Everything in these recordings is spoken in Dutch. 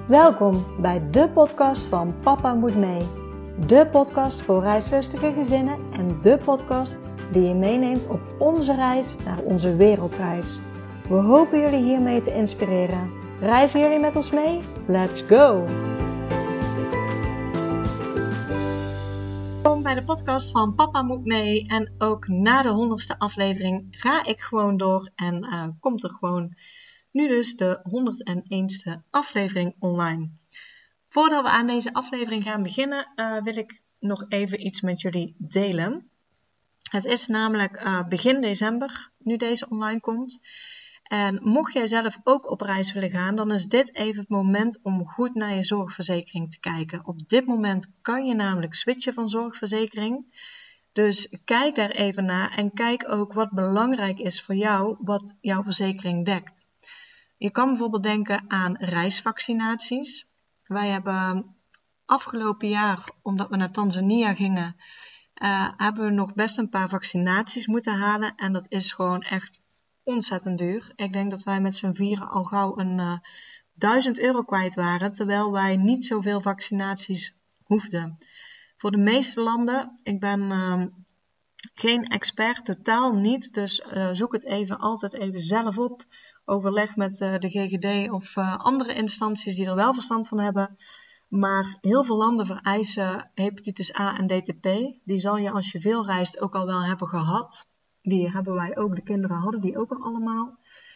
Welkom bij de podcast van Papa Moet Mee. De podcast voor reislustige gezinnen en de podcast die je meeneemt op onze reis naar onze wereldreis. We hopen jullie hiermee te inspireren. Reizen jullie met ons mee? Let's go! Welkom bij de podcast van Papa Moet Mee. En ook na de 100ste aflevering ga ik gewoon door en komt er gewoon nu dus de 101ste aflevering online. Voordat we aan deze aflevering gaan beginnen, wil ik nog even iets met jullie delen. Het is namelijk begin december, nu deze online komt. En mocht jij zelf ook op reis willen gaan, dan is dit even het moment om goed naar je zorgverzekering te kijken. Op dit moment kan je namelijk switchen van zorgverzekering. Dus kijk daar even naar en kijk ook wat belangrijk is voor jou, wat jouw verzekering dekt. Je kan bijvoorbeeld denken aan reisvaccinaties. Wij hebben afgelopen jaar, omdat we naar Tanzania gingen, hebben we nog best een paar vaccinaties moeten halen. En dat is gewoon echt ontzettend duur. Ik denk dat wij met z'n vieren al gauw een €1000 kwijt waren, terwijl wij niet zoveel vaccinaties hoefden. Voor de meeste landen, ik ben geen expert, totaal niet, dus zoek het altijd even zelf op. Overleg met de GGD of andere instanties die er wel verstand van hebben. Maar heel veel landen vereisen hepatitis A en DTP. Die zal je als je veel reist ook al wel hebben gehad. Die hebben wij ook, de kinderen hadden die ook al allemaal.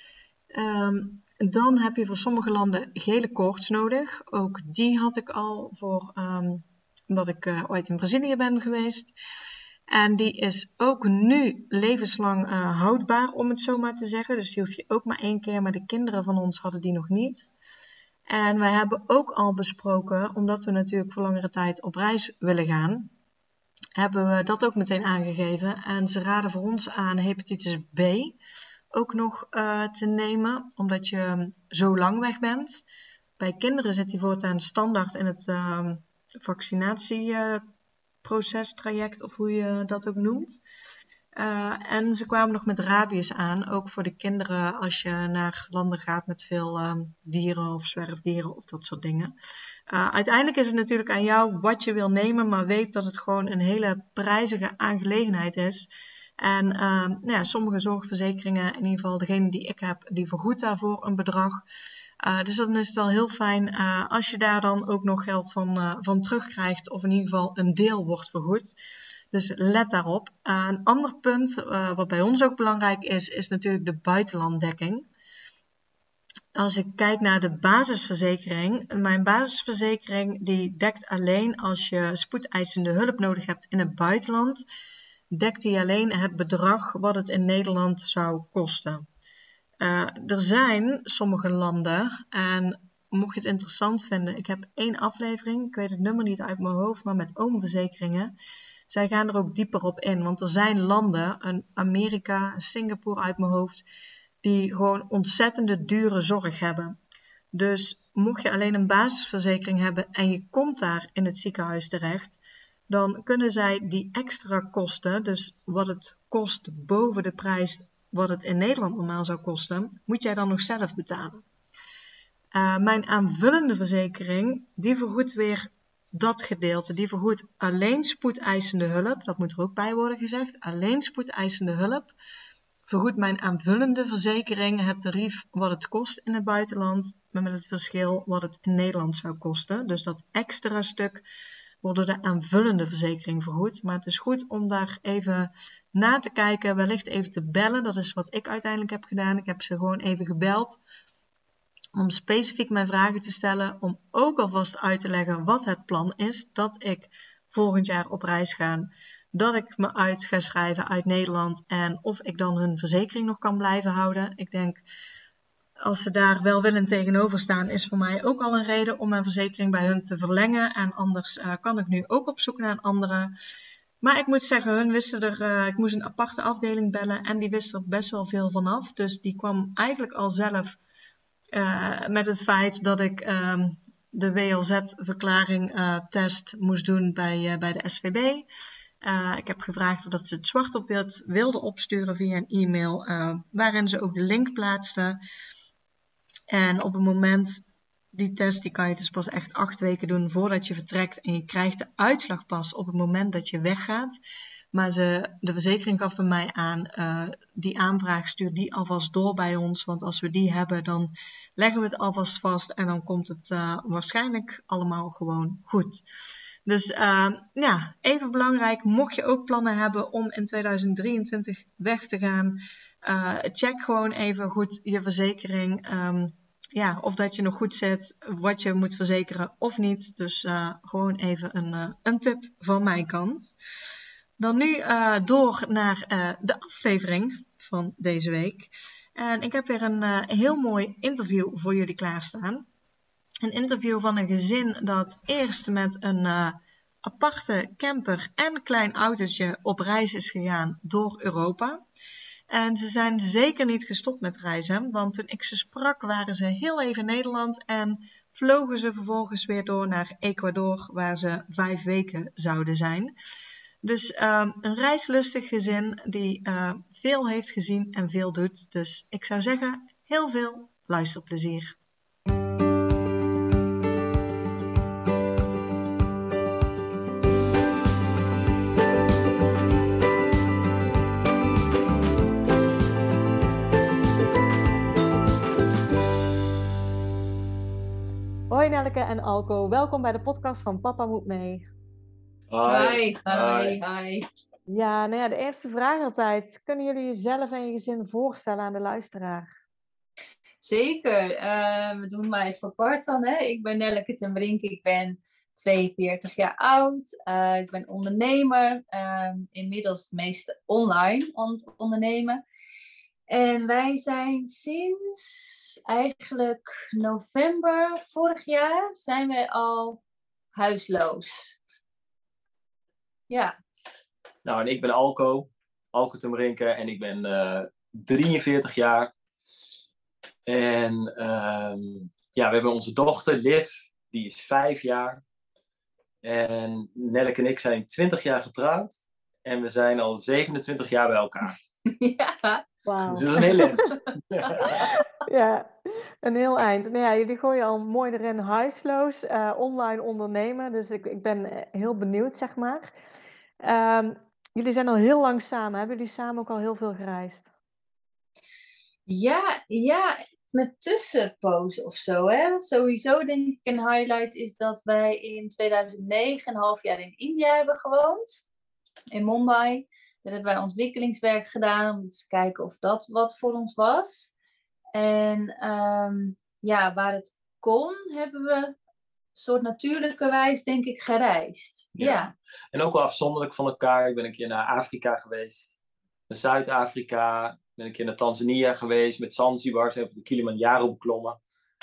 Dan heb je voor sommige landen gele koorts nodig. Ook die had ik al omdat ik ooit in Brazilië ben geweest. En die is ook nu levenslang houdbaar, om het zo maar te zeggen. Dus die hoef je ook maar 1 keer, maar de kinderen van ons hadden die nog niet. En wij hebben ook al besproken, omdat we natuurlijk voor langere tijd op reis willen gaan, hebben we dat ook meteen aangegeven. En ze raden voor ons aan hepatitis B ook nog te nemen, omdat je zo lang weg bent. Bij kinderen zit die voortaan standaard in het vaccinatieprocestraject, of hoe je dat ook noemt. En ze kwamen nog met rabies aan, ook voor de kinderen als je naar landen gaat met veel dieren of zwerfdieren of dat soort dingen. Uiteindelijk is het natuurlijk aan jou wat je wil nemen, maar weet dat het gewoon een hele prijzige aangelegenheid is. En sommige zorgverzekeringen, in ieder geval degene die ik heb, die vergoedt daarvoor een bedrag. Dus dan is het wel heel fijn als je daar dan ook nog geld van terugkrijgt, of in ieder geval een deel wordt vergoed. Dus let daarop. Een ander punt wat bij ons ook belangrijk is natuurlijk de buitenlanddekking. Als ik kijk naar de basisverzekering, mijn basisverzekering die dekt alleen als je spoedeisende hulp nodig hebt in het buitenland, dekt die alleen het bedrag wat het in Nederland zou kosten. Er zijn sommige landen, en mocht je het interessant vinden, ik heb 1 aflevering, ik weet het nummer niet uit mijn hoofd, maar met oomverzekeringen. Zij gaan er ook dieper op in, want er zijn landen, een Amerika, Singapore uit mijn hoofd, die gewoon ontzettende dure zorg hebben. Dus mocht je alleen een basisverzekering hebben en je komt daar in het ziekenhuis terecht, dan kunnen zij die extra kosten, dus wat het kost boven de prijs wat het in Nederland normaal zou kosten, moet jij dan nog zelf betalen. Mijn aanvullende verzekering, die vergoedt weer dat gedeelte. Die vergoedt alleen spoedeisende hulp, dat moet er ook bij worden gezegd, alleen spoedeisende hulp. Vergoedt mijn aanvullende verzekering het tarief wat het kost in het buitenland, maar met het verschil wat het in Nederland zou kosten. Dus dat extra stuk wordt door de aanvullende verzekering vergoed. Maar het is goed om daar even na te kijken, wellicht even te bellen. Dat is wat ik uiteindelijk heb gedaan. Ik heb ze gewoon even gebeld om specifiek mijn vragen te stellen, om ook alvast uit te leggen wat het plan is, dat ik volgend jaar op reis ga, dat ik me uit ga schrijven uit Nederland en of ik dan hun verzekering nog kan blijven houden. Ik denk, als ze daar welwillend tegenover staan, is voor mij ook al een reden om mijn verzekering bij hun te verlengen. En anders kan ik nu ook op zoek naar een andere. Maar ik moet zeggen, hun wisten ik moest een aparte afdeling bellen en die wisten er best wel veel vanaf. Dus die kwam eigenlijk al zelf met het feit dat ik de WLZ-verklaring test moest doen bij de SVB. Ik heb gevraagd of dat ze het zwart op wit wilden opsturen via een e-mail, waarin ze ook de link plaatsten. En op het moment die test die kan je dus pas echt 8 weken doen voordat je vertrekt. En je krijgt de uitslag pas op het moment dat je weggaat. Maar de verzekering gaf bij mij aan, die aanvraag stuur die alvast door bij ons. Want als we die hebben, dan leggen we het alvast vast. En dan komt het waarschijnlijk allemaal gewoon goed. Dus even belangrijk, mocht je ook plannen hebben om in 2023 weg te gaan, check gewoon even goed je verzekering. Of dat je nog goed zit, wat je moet verzekeren of niet. Dus gewoon even een tip van mijn kant. Dan nu door naar de aflevering van deze week. En ik heb weer een heel mooi interview voor jullie klaarstaan. Een interview van een gezin dat eerst met een aparte camper en klein autootje op reis is gegaan door Europa. En ze zijn zeker niet gestopt met reizen, want toen ik ze sprak waren ze heel even in Nederland en vlogen ze vervolgens weer door naar Ecuador, waar ze 5 weken zouden zijn. Dus een reislustig gezin die veel heeft gezien en veel doet. Dus ik zou zeggen, heel veel luisterplezier. Hoi Nelleke en Alco, welkom bij de podcast van Papa Moet Mee. Hi. Ja, de eerste vraag altijd. Kunnen jullie jezelf en je gezin voorstellen aan de luisteraar? Zeker. We doen maar even apart dan. Hè? Ik ben Nelleke ten Brink. Ik ben 42 jaar oud. Ik ben ondernemer. Inmiddels het meeste online aan het ondernemen. En wij zijn sinds eigenlijk november vorig jaar zijn wij al huisloos. Ja. Nou, en ik ben Alco ten Brinke en ik ben 43 jaar. En we hebben onze dochter, Liv, die is 5 jaar. En Nelleke en ik zijn 20 jaar getrouwd. En we zijn al 27 jaar bij elkaar. Ja. Wauw. Dus dat is een heel eind. Ja, een heel eind. Jullie gooien al mooi erin, huisloos, online ondernemen. Dus ik ben heel benieuwd, zeg maar. Jullie zijn al heel lang samen. Hebben jullie samen ook al heel veel gereisd? Ja, met tussenpozen of zo. Hè? Sowieso denk ik een highlight is dat wij in 2009 een half jaar in India hebben gewoond. In Mumbai. Daar hebben wij ontwikkelingswerk gedaan om te kijken of dat wat voor ons was. En waar het kon, hebben we soort natuurlijke wijs, denk ik, gereisd. Ja. En ook wel afzonderlijk van elkaar. Ik ben een keer naar Afrika geweest. Naar Zuid-Afrika. Ik ben een keer naar Tanzania geweest. Met Zanzibar. Ze hebben de Kilimanjaro beklommen.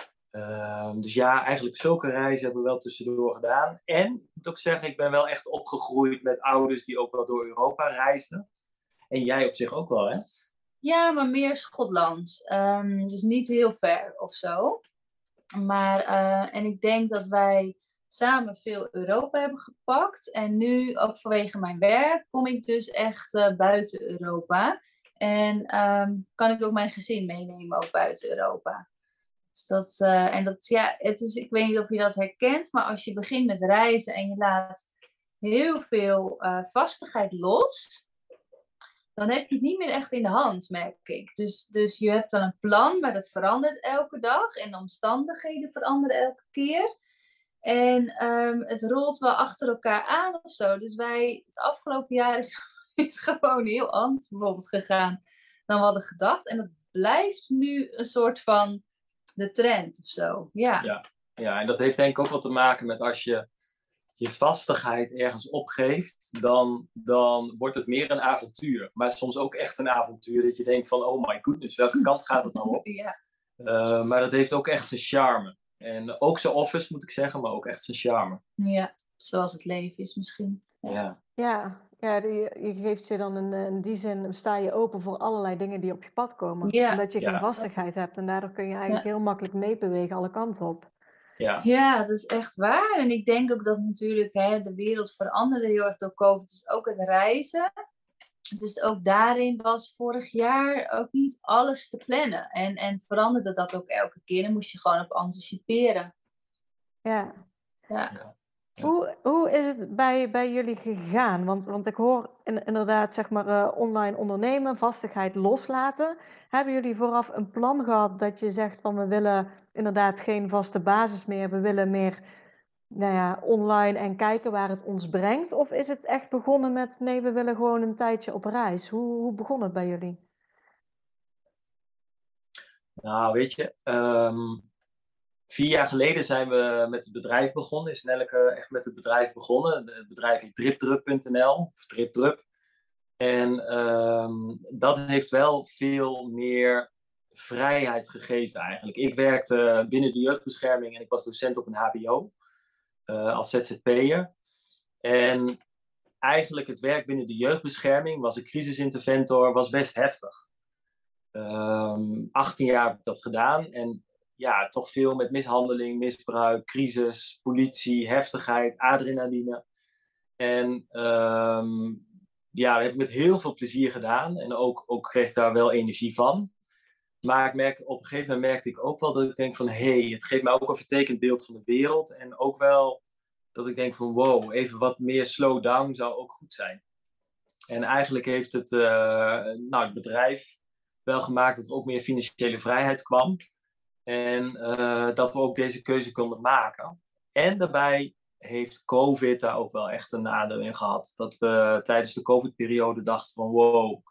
Dus ja, eigenlijk zulke reizen hebben we wel tussendoor gedaan. En ik moet ook zeggen, ik ben wel echt opgegroeid met ouders die ook wel door Europa reisden. En jij op zich ook wel, hè? Ja, maar meer Schotland. Dus niet heel ver of zo. Maar, en ik denk dat wij samen veel Europa hebben gepakt. En nu, ook vanwege mijn werk, kom ik dus echt buiten Europa. En kan ik ook mijn gezin meenemen, ook buiten Europa. Dus ik weet niet of je dat herkent, maar als je begint met reizen en je laat heel veel vastigheid los, dan heb je het niet meer echt in de hand, merk ik. Dus je hebt wel een plan, maar dat verandert elke dag. En de omstandigheden veranderen elke keer. En het rolt wel achter elkaar aan of zo. Dus het afgelopen jaar is gewoon heel anders bijvoorbeeld gegaan dan we hadden gedacht. En dat blijft nu een soort van de trend of zo. Ja, en dat heeft denk ik ook wat te maken met als je vastigheid ergens opgeeft, dan wordt het meer een avontuur. Maar soms ook echt een avontuur dat je denkt van, oh my goodness, welke kant gaat het nou op? Ja. Maar dat heeft ook echt zijn charme. En ook zijn office, moet ik zeggen, maar ook echt zijn charme. Ja, zoals het leven is misschien. Ja, je geeft je dan in die zin, sta je open voor allerlei dingen die op je pad komen. Ja. Omdat je geen vastigheid hebt en daardoor kun je eigenlijk heel makkelijk meebewegen alle kanten op. Ja, dat is echt waar. En ik denk ook dat natuurlijk de wereld veranderde heel erg door COVID. Dus ook het reizen. Dus ook daarin was vorig jaar ook niet alles te plannen. En veranderde dat ook elke keer. En moest je gewoon op anticiperen. Ja. Ja. Hoe is het bij jullie gegaan? Want ik hoor inderdaad, zeg maar, online ondernemen, vastigheid loslaten. Hebben jullie vooraf een plan gehad dat je zegt van we willen inderdaad geen vaste basis meer, we willen meer online en kijken waar het ons brengt? Of is het echt begonnen met nee, we willen gewoon een tijdje op reis? Hoe begon het bij jullie? Nou, weet je, 4 jaar geleden zijn we met het bedrijf begonnen. Is Nelleke echt met het bedrijf begonnen. Het bedrijf heet dripdrup.nl, of dripdrup. En dat heeft wel veel meer vrijheid gegeven eigenlijk. Ik werkte binnen de jeugdbescherming en ik was docent op een hbo als ZZP'er. En eigenlijk het werk binnen de jeugdbescherming, was een crisisinterventor, was best heftig. 18 jaar heb ik dat gedaan en ja, toch veel met mishandeling, misbruik, crisis, politie, heftigheid, adrenaline. En dat heb ik met heel veel plezier gedaan en ook kreeg ik daar wel energie van. Maar op een gegeven moment merkte ik ook wel dat ik denk van het geeft mij ook een vertekend beeld van de wereld. En ook wel dat ik denk van wow, even wat meer slow down zou ook goed zijn. En eigenlijk heeft het bedrijf wel gemaakt dat er ook meer financiële vrijheid kwam. En dat we ook deze keuze konden maken. En daarbij heeft COVID daar ook wel echt een nadeel in gehad. Dat we tijdens de COVID-periode dachten van wow,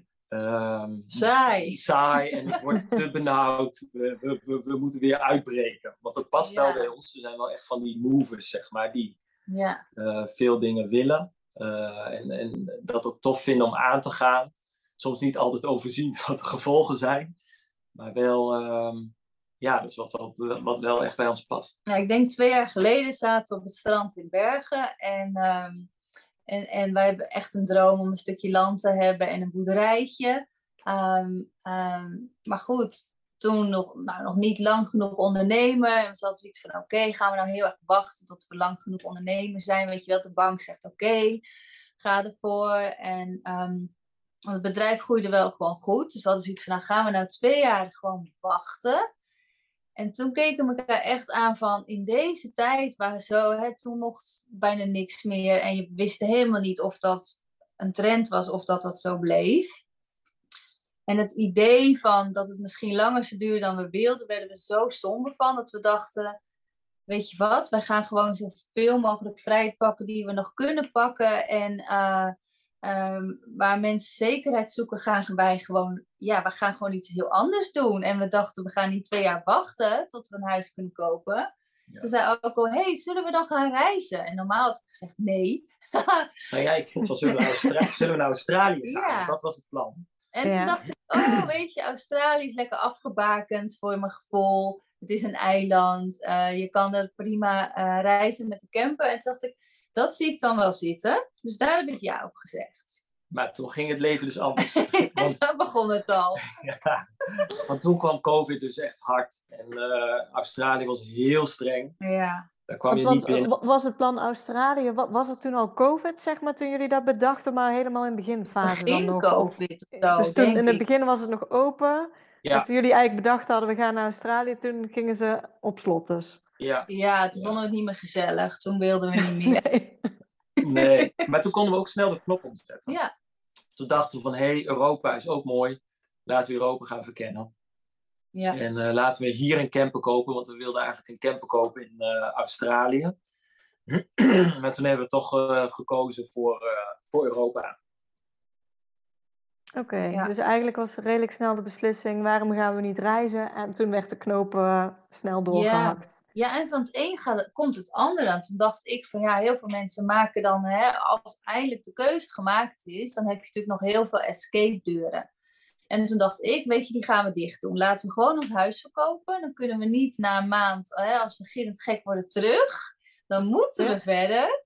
saai en het wordt te benauwd. We moeten weer uitbreken. Want dat past wel bij ons. We zijn wel echt van die movers, zeg maar, die veel dingen willen. En dat ook tof vinden om aan te gaan. Soms niet altijd overzien wat de gevolgen zijn. Maar wel, dus wat wel echt bij ons past. Ja, ik denk 2 jaar geleden zaten we op het strand in Bergen. En wij hebben echt een droom om een stukje land te hebben en een boerderijtje. Maar goed, toen nog niet lang genoeg ondernemen. En we hadden zoiets van, oké, gaan we nou heel erg wachten tot we lang genoeg ondernemer zijn? Weet je wel, de bank zegt, oké, ga ervoor. En het bedrijf groeide wel gewoon goed. Dus we hadden zoiets van, nou gaan we nou 2 jaar gewoon wachten. En toen keken we elkaar echt aan van in deze tijd waar toen mocht bijna niks meer. En je wist helemaal niet of dat een trend was of dat zo bleef. En het idee van dat het misschien langer zou duren dan we wilden, werden we zo somber van. Dat we dachten, weet je wat, wij gaan gewoon zoveel mogelijk vrijheid pakken die we nog kunnen pakken. En waar mensen zekerheid zoeken, we gaan gewoon iets heel anders doen. En we dachten, we gaan niet 2 jaar wachten tot we een huis kunnen kopen. Ja. Toen zei ook al, zullen we dan gaan reizen? En normaal had ik gezegd, nee. Nou ja, ik vond van, zullen we naar Australië gaan? Ja. Dat was het plan. En toen dacht ik, weet je, Australië is lekker afgebakend voor mijn gevoel. Het is een eiland. Je kan er prima reizen met de camper. En toen dacht ik, dat zie ik dan wel zitten. Dus daar heb ik ja op gezegd. Maar toen ging het leven dus anders. Dan begon het al. Ja, want toen kwam COVID dus echt hard. En Australië was heel streng. Ja. Daar kwam je niet binnen. Was het plan Australië, was er toen al COVID, zeg maar, toen jullie dat bedachten, maar helemaal in de beginfase dan nog? COVID of zo, dus toen in het begin was het nog open. Ja. En toen jullie eigenlijk bedacht hadden, we gaan naar Australië, toen gingen ze op slot dus. Ja, toen vonden we het niet meer gezellig. Toen wilden we niet meer. Nee, maar toen konden we ook snel de knop omzetten. Ja. Toen dachten we van, Europa is ook mooi. Laten we Europa gaan verkennen. Ja. En laten we hier een camper kopen, want we wilden eigenlijk een camper kopen in Australië. Maar toen hebben we toch gekozen voor Europa. Oké, dus eigenlijk was redelijk snel de beslissing, waarom gaan we niet reizen? En toen werd de knoop snel doorgehakt. Ja, en van het een komt het ander aan. Toen dacht ik van heel veel mensen maken dan, als eindelijk de keuze gemaakt is, dan heb je natuurlijk nog heel veel escape deuren. En toen dacht ik, weet je, die gaan we dicht doen. Laten we gewoon ons huis verkopen. Dan kunnen we niet na een maand, als we beginnend gek worden, terug. Dan moeten we verder.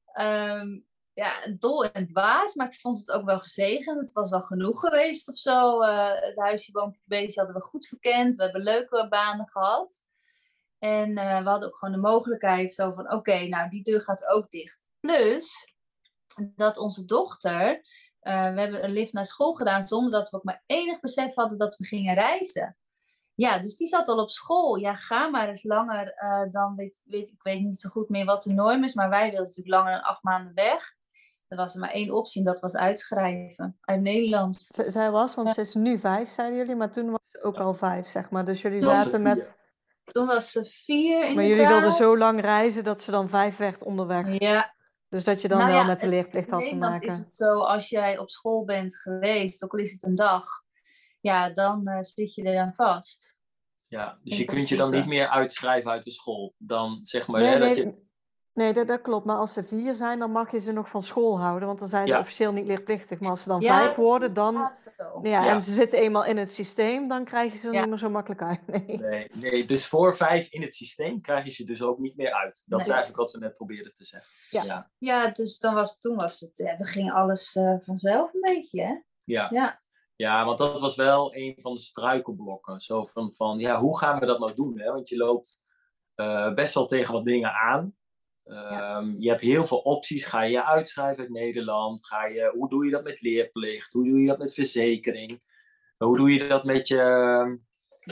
Dol en dwaas, maar ik vond het ook wel gezegend. Het was wel genoeg geweest of zo. Het huisje, boompje, beestje hadden we goed verkend. We hebben leuke banen gehad. En we hadden ook gewoon de mogelijkheid zo van, oké, nou die deur gaat ook dicht. Plus, dat onze dochter... we hebben een lift naar school gedaan zonder dat we ook maar enig besef hadden dat we gingen reizen. Ja, dus die zat al op school. Ja, ga maar eens langer dan ik weet niet zo goed meer wat de norm is, maar wij wilden natuurlijk langer dan 8 maanden weg. Er was er maar één optie en dat was uitschrijven uit Nederland. Zij was, want ze is nu 5, zeiden jullie, maar toen was ze ook al 5, zeg maar. Dus jullie Toen was ze zaten 4. met... Toen was ze 4 inderdaad. Maar jullie wilden zo lang reizen dat ze dan 5 werd onderweg. Ja, Dus dat je dan nou wel ja, met de leerplicht in had te Nederland is maken. het zo, als jij op school bent geweest, ook al is het een dag, ja, dan zit je er dan vast. Ja, dus In je kunt je dan principe. niet meer uitschrijven uit de school. Dan zeg maar, Nee, hè, nee, dat je... nee, dat klopt. Maar als ze 4 zijn, dan mag je ze nog van school houden. Want dan zijn ze Ja, officieel niet leerplichtig. Maar als ze dan Ja, 5 worden, precies. dan... Ja, zo. Ja, en ja. ze zitten eenmaal in het systeem, dan krijg je ze er Ja. niet meer zo makkelijk uit. Nee. Nee. Dus voor 5 in het systeem krijg je ze dus ook niet meer uit. Dat is Nee. eigenlijk wat we net probeerden te zeggen. Ja. Ja, dus toen was het, ja, toen ging alles vanzelf een beetje, hè? Ja. Ja, want dat was wel een van de struikelblokken. Zo van ja, hoe gaan we dat nou doen? Hè? Want je loopt best wel tegen wat dingen aan. Je hebt heel veel opties. Ga je uitschrijven uit Nederland? Hoe doe je dat met leerplicht? Hoe doe je dat met verzekering? Hoe doe je dat met je...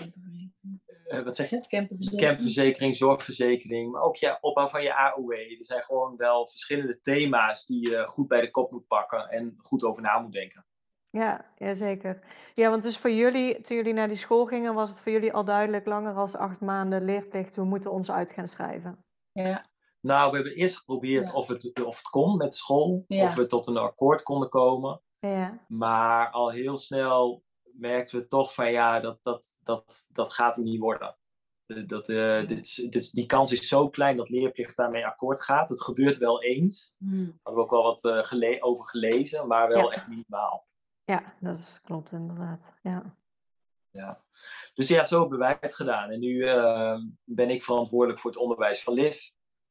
wat zeg je? Campverzekering, zorgverzekering. Maar ook je opbouw van je AOW. Er zijn gewoon wel verschillende thema's die je goed bij de kop moet pakken. En goed over na moet denken. Ja, zeker. Ja, want dus voor jullie, toen jullie naar die school gingen, was het voor jullie al duidelijk langer dan 8 maanden leerplicht. We moeten ons uit gaan schrijven. Ja. Nou, we hebben eerst geprobeerd of het kon met school. Ja. Of we tot een akkoord konden komen. Ja. Maar al heel snel merkten we toch van ja, dat gaat hem niet worden. Die kans is zo klein dat leerplicht daarmee akkoord gaat. Het gebeurt wel eens. Daar hebben we ook wel wat over gelezen, maar wel echt minimaal. Ja, dat klopt inderdaad. Ja. Dus ja, zo hebben wij het gedaan. En nu ben ik verantwoordelijk voor het onderwijs van Liv.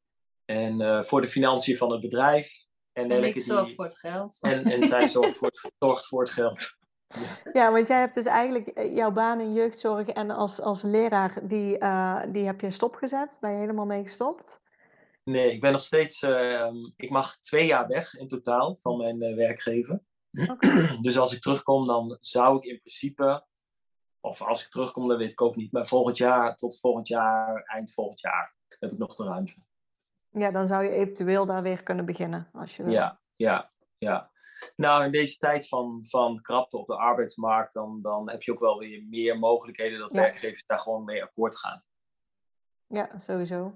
En voor de financiën van het bedrijf. En ik zorg voor het geld. En zij zorgt voor het geld. Ja, want jij hebt dus eigenlijk jouw baan in jeugdzorg en als leraar, die heb je stopgezet. Ben je helemaal mee gestopt? Nee, ik ben nog steeds... ik mag 2 jaar weg in totaal van mijn werkgever. Okay. Dus als ik terugkom, dan zou ik in principe... Of als ik terugkom, dat weet ik ook niet. Maar tot volgend jaar, eind volgend jaar, heb ik nog de ruimte. Ja, dan zou je eventueel daar weer kunnen beginnen. Als je wil. Ja. Nou, in deze tijd van krapte op de arbeidsmarkt, dan heb je ook wel weer meer mogelijkheden dat werkgevers daar gewoon mee akkoord gaan. Ja, sowieso.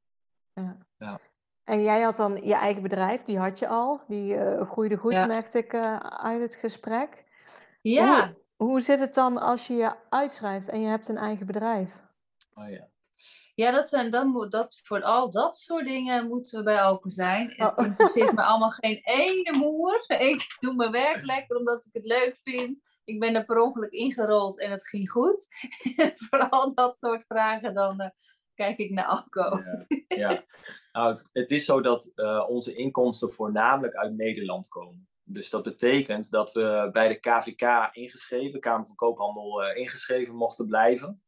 Ja. En jij had dan je eigen bedrijf, die had je al. Die groeide goed, merkte ik uit het gesprek. Ja. Hoe zit het dan als je je uitschrijft en je hebt een eigen bedrijf? Oh ja. Ja, voor al dat soort dingen moeten we bij open zijn. Het interesseert me allemaal geen ene moer. Ik doe mijn werk lekker omdat ik het leuk vind. Ik ben er per ongeluk ingerold en het ging goed. Voor al dat soort vragen dan kijk ik naar Alco. Ja. Nou, het is zo dat onze inkomsten voornamelijk uit Nederland komen. Dus dat betekent dat we bij de KVK ingeschreven, Kamer van Koophandel, ingeschreven mochten blijven.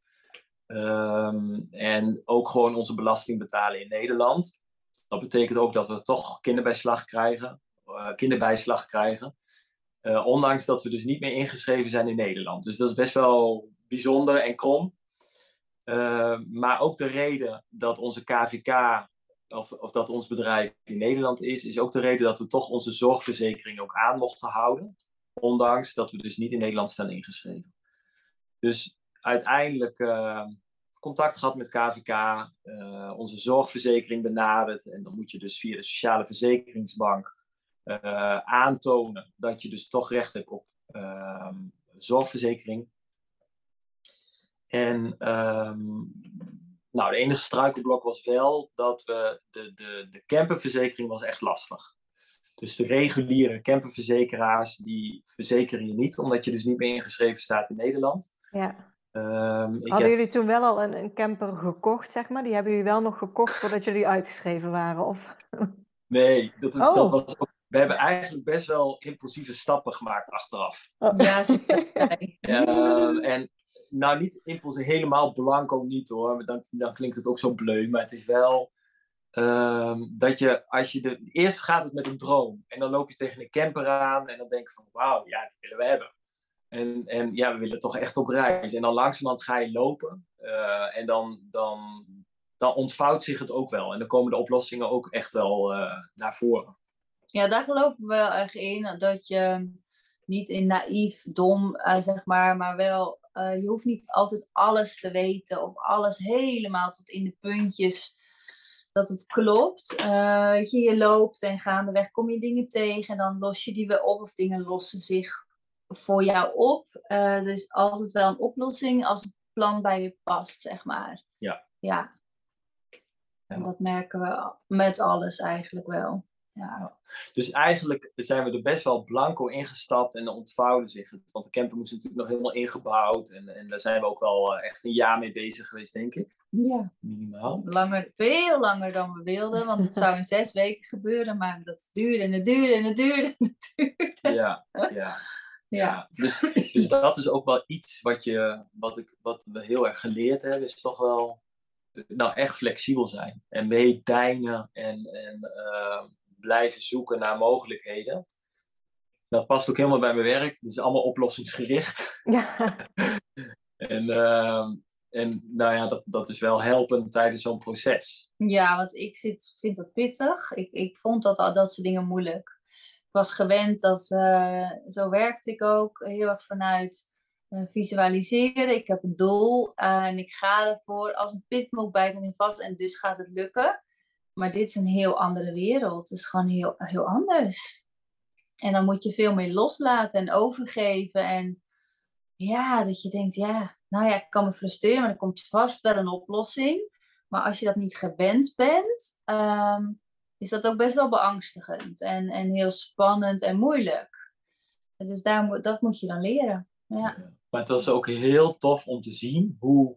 En ook gewoon onze belasting betalen in Nederland. Dat betekent ook dat we toch kinderbijslag krijgen. Ondanks dat we dus niet meer ingeschreven zijn in Nederland. Dus dat is best wel bijzonder en krom. Maar ook de reden dat onze KVK of dat ons bedrijf in Nederland is ook de reden dat we toch onze zorgverzekering ook aan mochten houden. Ondanks dat we dus niet in Nederland staan ingeschreven. Dus uiteindelijk contact gehad met KVK, onze zorgverzekering benaderd. En dan moet je dus via de Sociale Verzekeringsbank aantonen dat je dus toch recht hebt op zorgverzekering. En de enige struikelblok was wel dat we de camperverzekering was echt lastig. Dus de reguliere camperverzekeraars die verzekeren je niet, omdat je dus niet meer ingeschreven staat in Nederland. Ja. Hadden jullie toen wel al een camper gekocht, zeg maar? Die hebben jullie wel nog gekocht voordat jullie uitgeschreven waren? Of? Nee, dat was ook... We hebben eigenlijk best wel impulsieve stappen gemaakt achteraf. Ja, en nou, niet impulsief, helemaal blanco niet hoor. Dan klinkt het ook zo bleu. Maar het is wel dat je, eerst gaat het met een droom. En dan loop je tegen een camper aan en dan denk je van wauw, ja, die willen we hebben. En ja, we willen toch echt op reis. En dan langzamerhand ga je lopen. En dan ontvouwt zich het ook wel. En dan komen de oplossingen ook echt wel naar voren. Ja, daar geloven we wel erg in. Dat je niet in naïef, dom, zeg maar wel... je hoeft niet altijd alles te weten of alles helemaal tot in de puntjes dat het klopt. Weet je loopt en gaandeweg kom je dingen tegen en dan los je die weer op of dingen lossen zich voor jou op. Er is altijd wel een oplossing als het plan bij je past, zeg maar. Ja. En dat merken we met alles eigenlijk wel. Ja. Dus eigenlijk zijn we er best wel blanco ingestapt en dan ontvouwde zich het. Want de camper moest natuurlijk nog helemaal ingebouwd. En daar zijn we ook wel echt een jaar mee bezig geweest, denk ik. Ja. Minimaal. Veel langer dan we wilden. Want het zou in 6 weken gebeuren. Maar dat duurde en het duurde en het duurde en het duurde. Ja. Dus dat is ook wel iets wat we heel erg geleerd hebben. Is toch wel echt flexibel zijn. En meedijnen en blijven zoeken naar mogelijkheden. Dat past ook helemaal bij mijn werk. Het is allemaal oplossingsgericht. Ja. En nou ja, dat is wel helpend tijdens zo'n proces. Ja, want ik vind dat pittig. Ik vond dat soort dingen moeilijk. Ik was gewend zo werkte ik ook heel erg vanuit visualiseren. Ik heb een doel en ik ga ervoor als een pitmoek bij me vast en dus gaat het lukken. Maar dit is een heel andere wereld. Het is gewoon heel, heel anders. En dan moet je veel meer loslaten en overgeven. En ja, dat je denkt, ik kan me frustreren, maar er komt vast wel een oplossing. Maar als je dat niet gewend bent, is dat ook best wel beangstigend. En heel spannend en moeilijk. Dus dat moet je dan leren. Ja. Maar het was ook heel tof om te zien hoe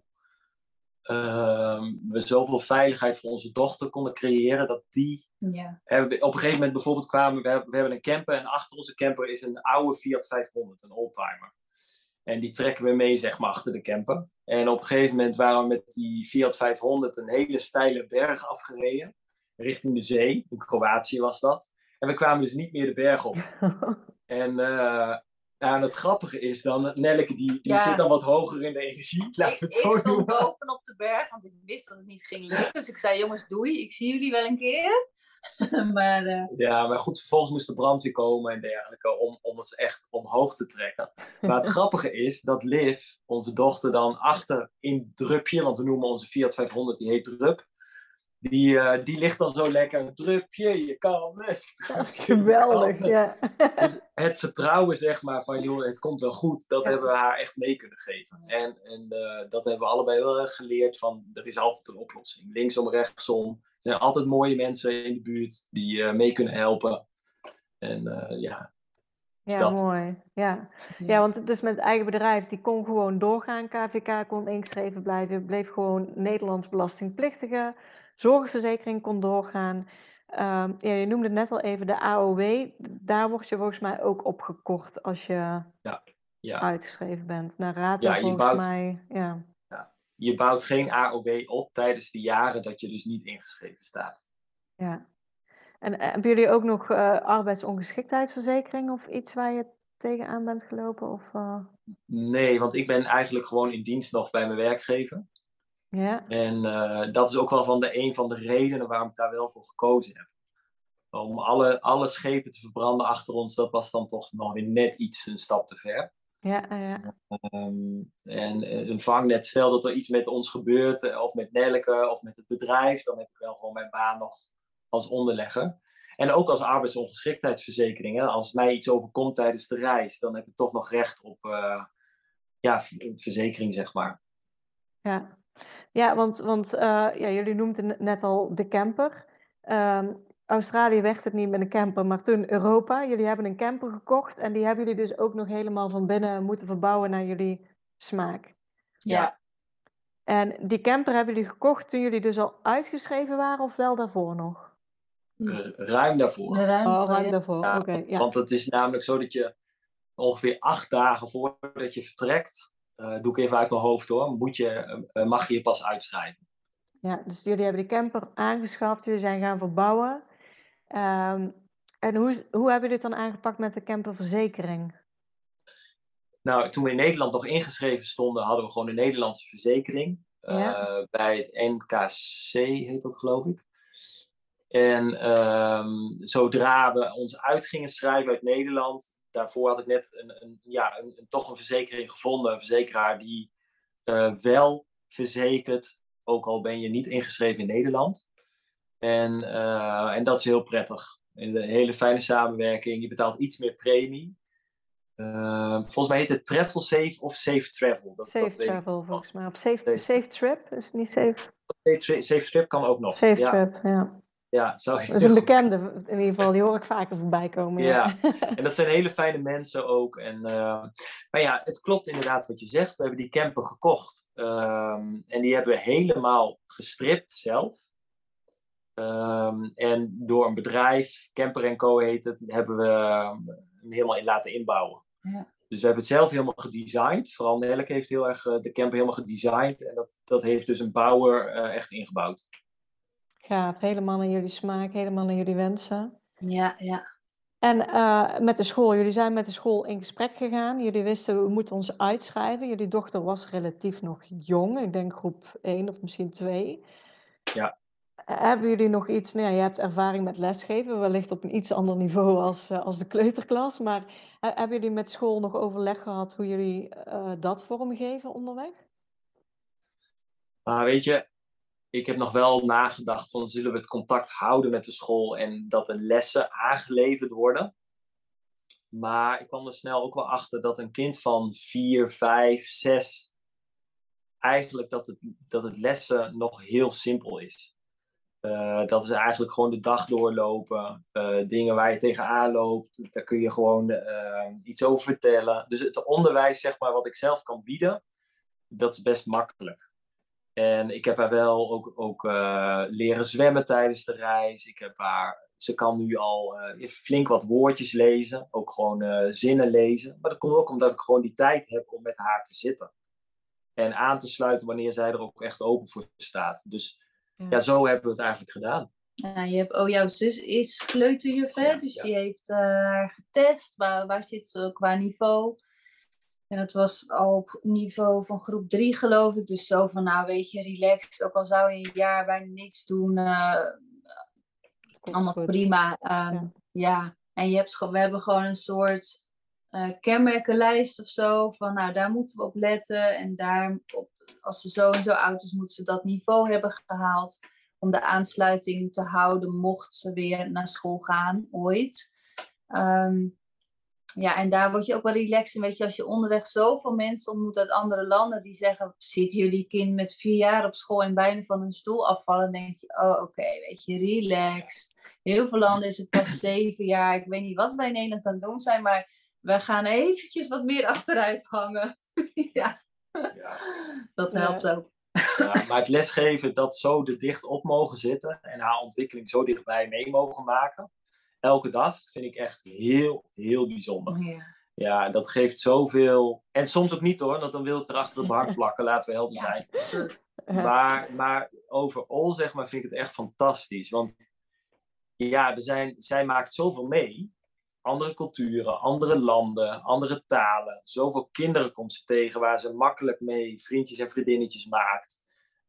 we zoveel veiligheid voor onze dochter konden creëren. Dat die op een gegeven moment bijvoorbeeld kwamen, we hebben een camper en achter onze camper is een oude Fiat 500, een oldtimer. En die trekken we mee, zeg maar, achter de camper. En op een gegeven moment waren we met die Fiat 500 een hele steile berg afgereden. Richting de zee. In Kroatië was dat. En we kwamen dus niet meer de berg op. En het grappige is dan, Nelleke die zit dan wat hoger in de energie. Ik stond bovenop de berg, want ik wist dat het niet ging lukken. Dus ik zei, jongens, doei. Ik zie jullie wel een keer. Maar goed, vervolgens moest de brandweer komen en dergelijke om ons echt omhoog te trekken. Maar het grappige is dat Liv, onze dochter, dan achter in Drupje, want we noemen onze Fiat 500, die heet Drup. Die ligt dan zo lekker, Drupje, je kan het. Geweldig, ja. Dus het vertrouwen, zeg maar, van joh, het komt wel goed, dat hebben we haar echt mee kunnen geven. En dat hebben we allebei heel erg geleerd van, er is altijd een oplossing. Linksom, rechtsom. Er zijn altijd mooie mensen in de buurt die mee kunnen helpen. En Ja, mooi. Ja, want het is met het eigen bedrijf, die kon gewoon doorgaan. KVK kon ingeschreven blijven, bleef gewoon Nederlands belastingplichtige. Zorgverzekering kon doorgaan. Je noemde net al even de AOW. Daar word je volgens mij ook opgekort als je uitgeschreven bent. Naar Rata mij. Ja. Je bouwt geen AOW op tijdens de jaren dat je dus niet ingeschreven staat. Ja. En hebben jullie ook nog arbeidsongeschiktheidsverzekering of iets waar je tegenaan bent gelopen? Of, Nee, want ik ben eigenlijk gewoon in dienst nog bij mijn werkgever. Ja. En dat is ook wel een van de redenen waarom ik daar wel voor gekozen heb. Om alle schepen te verbranden achter ons, dat was dan toch nog weer net iets een stap te ver. Ja. En een vangnet, stel dat er iets met ons gebeurt, of met Nelleke, of met het bedrijf, dan heb ik wel gewoon mijn baan nog als onderlegger. En ook als arbeidsongeschiktheidsverzekering. Hè? Als mij iets overkomt tijdens de reis, dan heb ik toch nog recht op verzekering, zeg maar. Ja, want jullie noemden net al de camper. Australië werd het niet met een camper, maar toen Europa. Jullie hebben een camper gekocht en die hebben jullie dus ook nog helemaal van binnen moeten verbouwen naar jullie smaak. Ja. En die camper hebben jullie gekocht toen jullie dus al uitgeschreven waren of wel daarvoor nog? Ruim daarvoor. Ruim daarvoor, ja, oké. Ja. Want het is namelijk zo dat je ongeveer 8 dagen voordat je vertrekt, doe ik even uit mijn hoofd hoor, mag je je pas uitschrijven. Ja, dus jullie hebben die camper aangeschaft, jullie zijn gaan verbouwen. En hoe hebben jullie het dan aangepakt met de camperverzekering? Nou, toen we in Nederland nog ingeschreven stonden, hadden we gewoon een Nederlandse verzekering. Bij het NKC heet dat, geloof ik. En zodra we ons uit gingen schrijven uit Nederland, daarvoor had ik net toch een verzekering gevonden. Een verzekeraar die wel verzekert, ook al ben je niet ingeschreven in Nederland. En dat is heel prettig. Een hele fijne samenwerking. Je betaalt iets meer premie. Volgens mij heet het Travel Safe of Safe Travel. Safe Travel, volgens mij. Op Safe Trip is het niet Safe? Safe Trip kan ook nog. Safe Trip, ja. Ja, dat is een bekende, in ieder geval. Die hoor ik vaker voorbij komen. Ja. En dat zijn hele fijne mensen ook. Maar ja, het klopt inderdaad wat je zegt. We hebben die camper gekocht. En die hebben we helemaal gestript zelf. En door een bedrijf, Camper & Co heet het, hebben we hem helemaal laten inbouwen. Ja. Dus we hebben het zelf helemaal gedesigned. Vooral Nelleke heeft heel erg de camper helemaal gedesigned. En dat heeft dus een bouwer echt ingebouwd. Gaaf, helemaal naar jullie smaak, helemaal naar jullie wensen. Ja. En met de school, jullie zijn met de school in gesprek gegaan. Jullie wisten, we moeten ons uitschrijven. Jullie dochter was relatief nog jong, ik denk groep 1 of misschien 2. Ja. Hebben jullie nog iets, je hebt ervaring met lesgeven, wellicht op een iets ander niveau als de kleuterklas. Maar hebben jullie met school nog overleg gehad hoe jullie dat vormgeven onderweg? Weet je, ik heb nog wel nagedacht van zullen we het contact houden met de school en dat de lessen aangeleverd worden. Maar ik kwam er snel ook wel achter dat een kind van 4, 5, 6 eigenlijk dat het lessen nog heel simpel is. Dat is eigenlijk gewoon de dag doorlopen. Dingen waar je tegenaan loopt. Daar kun je gewoon iets over vertellen. Dus het onderwijs, zeg maar, wat ik zelf kan bieden, dat is best makkelijk. En ik heb haar wel ook leren zwemmen tijdens de reis. Ze kan nu al flink wat woordjes lezen. Ook gewoon zinnen lezen. Maar dat komt ook omdat ik gewoon die tijd heb om met haar te zitten. En aan te sluiten wanneer zij er ook echt open voor staat. Dus ja, zo hebben we het eigenlijk gedaan. Ja, jouw zus is kleuterjuf, hè? Dus die heeft haar getest. Waar zit ze qua niveau? En dat was al op niveau van groep 3, geloof ik. Dus zo van, weet je, relaxed. Ook al zou je een jaar bijna niks doen. Allemaal goed. Prima. Ja. En we hebben gewoon een soort kenmerkenlijst of zo. Van, daar moeten we op letten. En als ze zo en zo oud is, moeten ze dat niveau hebben gehaald. Om de aansluiting te houden, mocht ze weer naar school gaan, ooit. En daar word je ook wel relaxed in. Weet je, als je onderweg zoveel mensen ontmoet uit andere landen die zeggen, zitten jullie kind met 4 jaar op school en bijna van hun stoel afvallen, dan denk je, oké, weet je, relaxed. Heel veel landen is het pas 7 jaar. Ik weet niet wat wij in Nederland aan het doen zijn, maar we gaan eventjes wat meer achteruit hangen. Ja, dat helpt ook. Ja, maar het lesgeven, dat zo er dicht op mogen zitten en haar ontwikkeling zo dichtbij mee mogen maken, elke dag, vind ik echt heel, heel bijzonder. Ja, dat geeft zoveel. En soms ook niet hoor, want dan wil ik er achter de bar plakken, laten we helder zijn. Maar overal, zeg maar, vind ik het echt fantastisch. Want ja, zij maakt zoveel mee. Andere culturen, andere landen, andere talen. Zoveel kinderen komt ze tegen waar ze makkelijk mee vriendjes en vriendinnetjes maakt.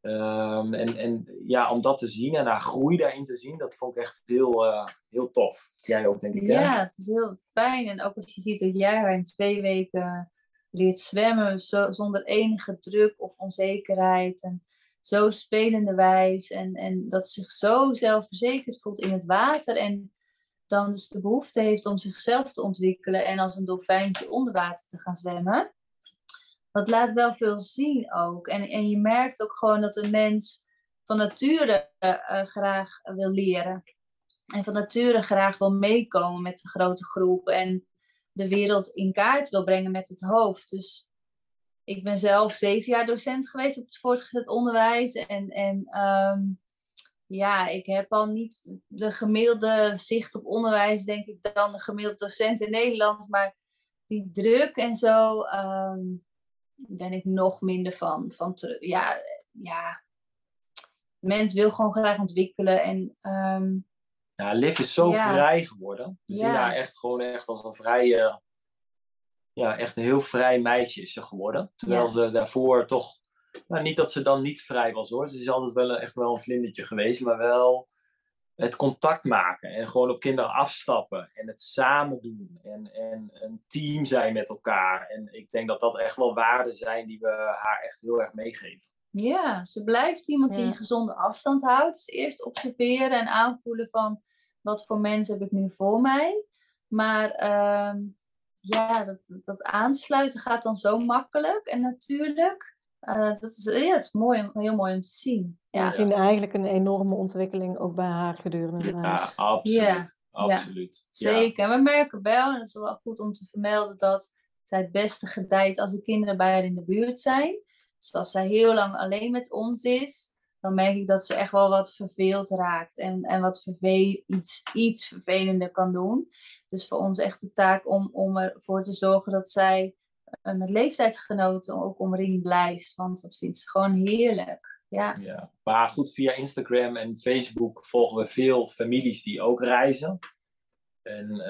Om dat te zien en haar groei daarin te zien, dat vond ik echt heel tof. Jij ook, denk ik, hè? Ja, het is heel fijn. En ook als je ziet dat jij haar in 2 weken leert zwemmen zonder enige druk of onzekerheid. En zo spelende wijs. En dat ze zich zo zelfverzekerd voelt in het water. En dan dus de behoefte heeft om zichzelf te ontwikkelen en als een dolfijntje onder water te gaan zwemmen. Dat laat wel veel zien ook. En je merkt ook gewoon dat een mens van nature graag wil leren. En van nature graag wil meekomen met de grote groep. En de wereld in kaart wil brengen met het hoofd. Dus ik ben zelf 7 jaar docent geweest op het voortgezet onderwijs. Ik heb al niet de gemiddelde zicht op onderwijs, denk ik, dan de gemiddelde docent in Nederland. Maar die druk en zo ben ik nog minder van terug. Ja. De mens wil gewoon graag ontwikkelen. En, Liv is zo vrij geworden. We zien haar echt gewoon echt als een vrije echt een heel vrij meisje is ze geworden. Terwijl ze daarvoor toch, niet dat ze dan niet vrij was hoor. Ze is altijd wel echt wel een vlindertje geweest, maar wel het contact maken en gewoon op kinderen afstappen en het samen doen en een team zijn met elkaar. En ik denk dat dat echt wel waarden zijn die we haar echt heel erg meegeven. Ja, ze blijft iemand die een gezonde afstand houdt. Dus eerst observeren en aanvoelen van wat voor mensen heb ik nu voor mij. Maar dat aansluiten gaat dan zo makkelijk en natuurlijk. Het is mooi, heel mooi om te zien. We zien eigenlijk een enorme ontwikkeling ook bij haar gedurende de reis. Ja, absoluut. Absoluut. Zeker. En we merken wel, en dat is wel goed om te vermelden, dat zij het beste gedijt als de kinderen bij haar in de buurt zijn. Dus als zij heel lang alleen met ons is, dan merk ik dat ze echt wel wat verveeld raakt. En wat iets vervelender kan doen. Dus voor ons echt de taak om ervoor te zorgen dat zij met leeftijdsgenoten ook omringd blijft. Want dat vindt ze gewoon heerlijk. Ja. Maar goed, via Instagram en Facebook volgen we veel families die ook reizen. En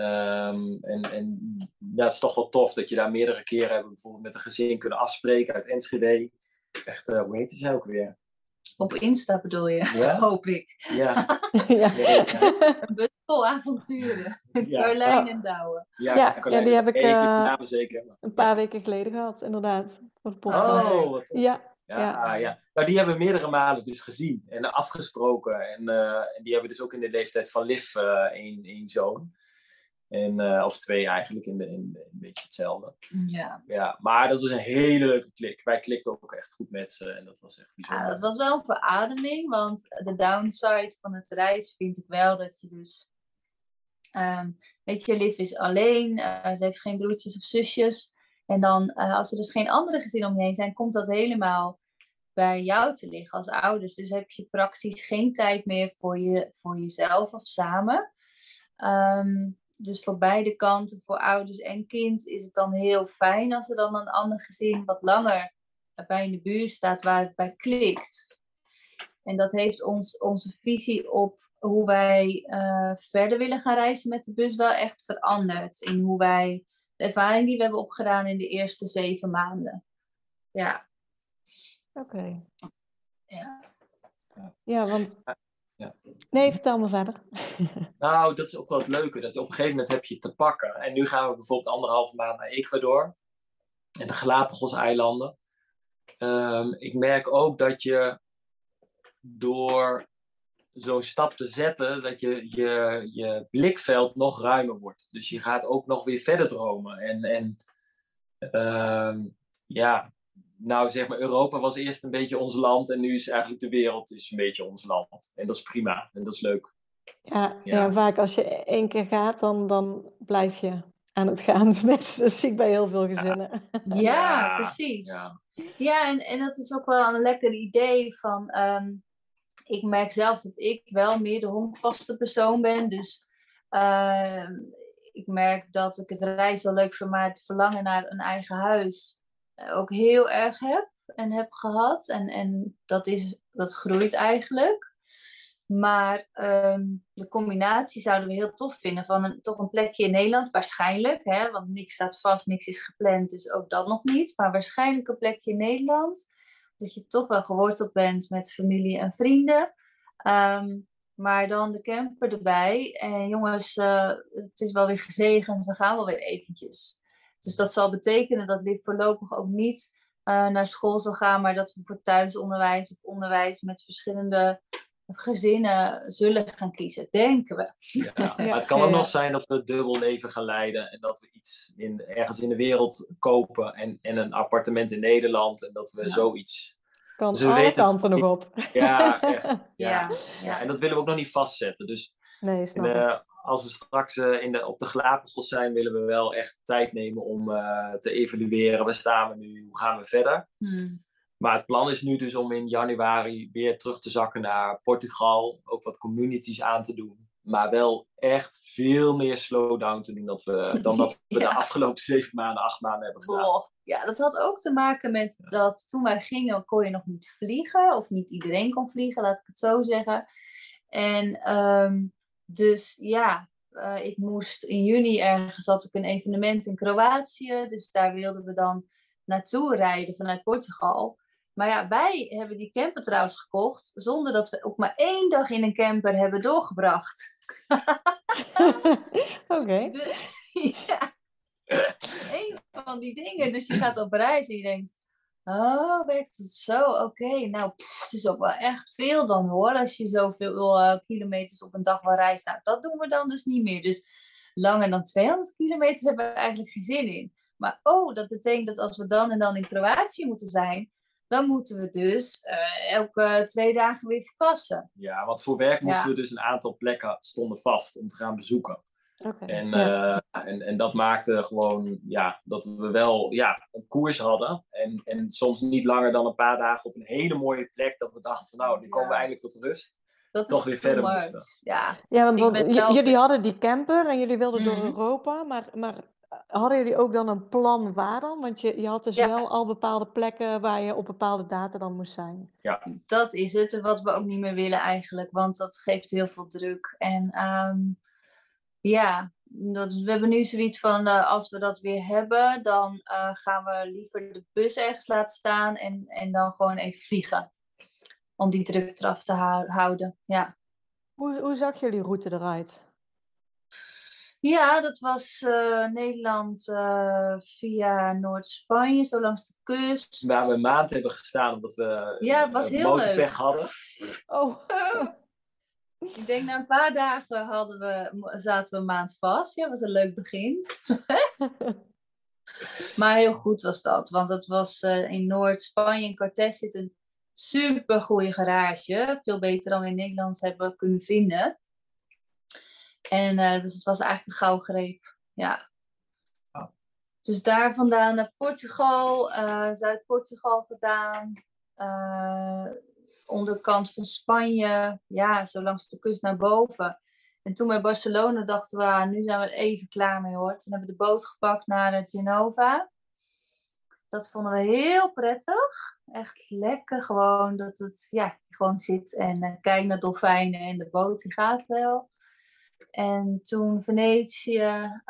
het is toch wel tof dat je daar meerdere keren hebben bijvoorbeeld met een gezin kunnen afspreken uit Enschede. Echt, hoe heet die ook weer? Op Insta bedoel je, hoop ik. Ja. Een bus vol avonturen. Carlijn en Douwe. Ja, die heb ik zeker. een paar weken geleden gehad, inderdaad. Voor de podcast. Oh, wat tof. Ja. Nou, die hebben we meerdere malen dus gezien en afgesproken. En die hebben dus ook in de leeftijd van Liv één zoon. Of twee eigenlijk, in een beetje hetzelfde. Ja, maar dat was een hele leuke klik. Wij klikten ook echt goed met ze en dat was echt bijzonder. Ja, dat was wel een verademing, want de downside van het reis vind ik wel dat je dus... weet je, Liv is alleen, ze heeft geen broertjes of zusjes. En dan, als er dus geen andere gezinnen om je heen zijn, komt dat helemaal bij jou te liggen als ouders. Dus heb je praktisch geen tijd meer voor jezelf of samen. Dus voor beide kanten, voor ouders en kind, is het dan heel fijn als er dan een ander gezin wat langer bij in de buurt staat waar het bij klikt. En dat heeft onze visie op hoe wij verder willen gaan reizen met de bus wel echt veranderd. In hoe wij, de ervaring die we hebben opgedaan in de eerste 7 maanden. Ja. Oké. Ja. Ja, want... Nee, vertel me verder. Nou, dat is ook wel het leuke. Dat op een gegeven moment heb je het te pakken. En nu gaan we bijvoorbeeld 1,5 maand naar Ecuador. En de Galapagos-eilanden. Ik merk ook dat je door zo'n stap te zetten, dat je blikveld nog ruimer wordt. Dus je gaat ook nog weer verder dromen. Nou zeg maar, Europa was eerst een beetje ons land en nu is eigenlijk de wereld een beetje ons land. En dat is prima en dat is leuk. Ja, vaak als je 1 keer gaat, dan blijf je aan het gaan. Dat zie ik bij heel veel gezinnen. Ja, precies. Ja, en dat is ook wel een lekker idee van... ik merk zelf dat ik wel meer de honkvaste persoon ben. Dus ik merk dat ik het reizen wel leuk vind, maar het verlangen naar een eigen huis ook heel erg heb gehad. En dat groeit eigenlijk. Maar de combinatie zouden we heel tof vinden van toch een plekje in Nederland, waarschijnlijk. Hè, want niks staat vast, niks is gepland, dus ook dat nog niet. Maar waarschijnlijk een plekje in Nederland. Dat je toch wel geworteld bent met familie en vrienden. Maar dan de camper erbij. En jongens, het is wel weer gezegend, we gaan wel weer eventjes. Dus dat zal betekenen dat Liv voorlopig ook niet naar school zal gaan, maar dat we voor thuisonderwijs of onderwijs met verschillende gezinnen zullen gaan kiezen, denken we. Maar het kan ook nog zijn dat we het dubbel leven gaan leiden en dat we iets ergens in de wereld kopen en een appartement in Nederland en dat we zoiets... Kan dus alle kanten nog op. Ja, echt. Ja, en dat willen we ook nog niet vastzetten. Dus als we straks op de Galapagos zijn, willen we wel echt tijd nemen om te evalueren. Waar staan we nu? Hoe gaan we verder? Maar het plan is nu dus om in januari weer terug te zakken naar Portugal. Ook wat communities aan te doen. Maar wel echt veel meer slowdown te doen dan dat we de afgelopen 7 maanden, 8 maanden hebben gedaan. Ja, dat had ook te maken met dat toen wij gingen kon je nog niet vliegen. Of niet iedereen kon vliegen, laat ik het zo zeggen. En dus ja, ik moest in juni ergens, had ik een evenement in Kroatië. Dus daar wilden we dan naartoe rijden vanuit Portugal. Maar ja, wij hebben die camper trouwens gekocht zonder dat we ook maar 1 dag in een camper hebben doorgebracht. Oké. Ja, een van die dingen. Dus je gaat op reis en je denkt, oh, werkt het zo? Oké, nou, het is ook wel echt veel dan hoor. Als je zoveel kilometers op een dag wil reizen. Nou, dat doen we dan dus niet meer. Dus langer dan 200 kilometer hebben we eigenlijk geen zin in. Maar dat betekent dat als we dan en dan in Kroatië moeten zijn, dan moeten we dus elke 2 dagen weer verkassen. Ja, want voor werk moesten we dus een aantal plekken stonden vast om te gaan bezoeken. Okay. En dat maakte gewoon dat we wel een koers hadden. En soms niet langer dan een paar dagen op een hele mooie plek. Dat we dachten van nou, nu komen we eindelijk tot rust. Dat toch weer verder moesten. Ja, want jullie hadden die camper en jullie wilden door Europa. Maar hadden jullie ook dan een plan waar dan? Want je had dus wel al bepaalde plekken waar je op bepaalde data dan moest zijn. Ja. Dat is het. Wat we ook niet meer willen eigenlijk. Want dat geeft heel veel druk. En we hebben nu zoiets van, als we dat weer hebben, dan gaan we liever de bus ergens laten staan en dan gewoon even vliegen. Om die druk eraf te houden, ja. Hoe zag jullie route eruit? Ja, dat was Nederland via Noord-Spanje, zo langs de kust. Waar we een maand hebben gestaan, omdat we was heel motorpech hadden. Oh. Ik denk na een paar dagen zaten we een maand vast. Ja, dat was een leuk begin. Maar heel goed was dat. Want het was in Noord-Spanje, in Cortés, zit een super goede garage. Veel beter dan we in Nederland hebben kunnen vinden. En dus het was eigenlijk een gouden ja. Oh. Dus daar vandaan naar Portugal, Zuid-Portugal gedaan. Onderkant van Spanje, zo langs de kust naar boven. En toen bij Barcelona dachten we, nu zijn we er even klaar mee hoor. Toen hebben we de boot gepakt naar Genova. Dat vonden we heel prettig. Echt lekker gewoon dat het gewoon zit en kijkt naar dolfijnen en de boot die gaat wel. En toen Venetië.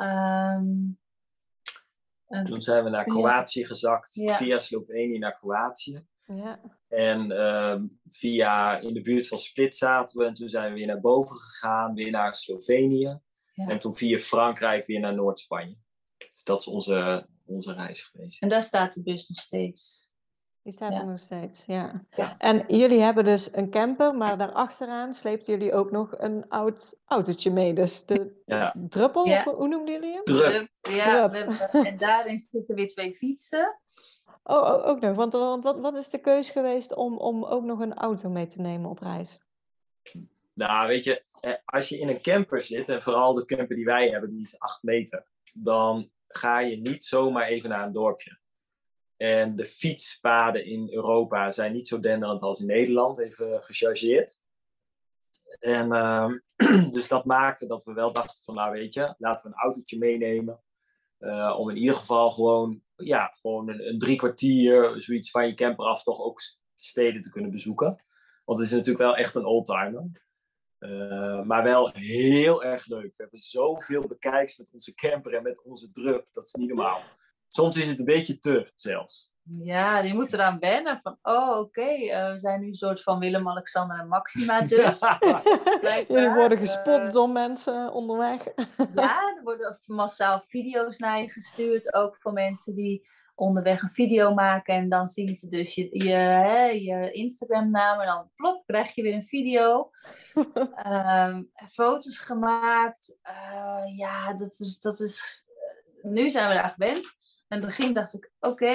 Toen zijn we naar Kroatië gezakt, via Slovenië naar Kroatië. Ja. En in de buurt van Split zaten we. En toen zijn we weer naar boven gegaan, weer naar Slovenië. Ja. En toen via Frankrijk weer naar Noord-Spanje. Dus dat is onze reis geweest. En daar staat de bus nog steeds. Die staat er nog steeds, ja. En jullie hebben dus een camper, maar daarachteraan sleepten jullie ook nog een oud autootje mee. Dus de druppel, of hoe noemden jullie hem? Drup. Ja, en daarin zitten weer 2 fietsen. Oh, ook nog. Want wat is de keus geweest om ook nog een auto mee te nemen op reis? Nou, weet je, als je in een camper zit, en vooral de camper die wij hebben, die is 8 meter, dan ga je niet zomaar even naar een dorpje. En de fietspaden in Europa zijn niet zo denderend als in Nederland, even gechargeerd. En dus dat maakte dat we wel dachten van, nou weet je, laten we een autootje meenemen. Om in ieder geval gewoon een 3 kwartier, zoiets van je camper af, toch ook steden te kunnen bezoeken. Want het is natuurlijk wel echt een oldtimer. Maar wel heel erg leuk. We hebben zoveel bekijks met onze camper en met onze drup. Dat is niet normaal. Soms is het een beetje te zelfs. Ja, je moet eraan wennen. Van, we zijn nu een soort van Willem, Alexander en Maxima dus. Jullie worden gespot door mensen onderweg. Ja, er worden massaal video's naar je gestuurd. Ook voor mensen die onderweg een video maken. En dan zien ze dus je Instagram-naam. En dan plop, krijg je weer een video. Foto's gemaakt. Dat is... Nu zijn we daar gewend. In het begin dacht ik,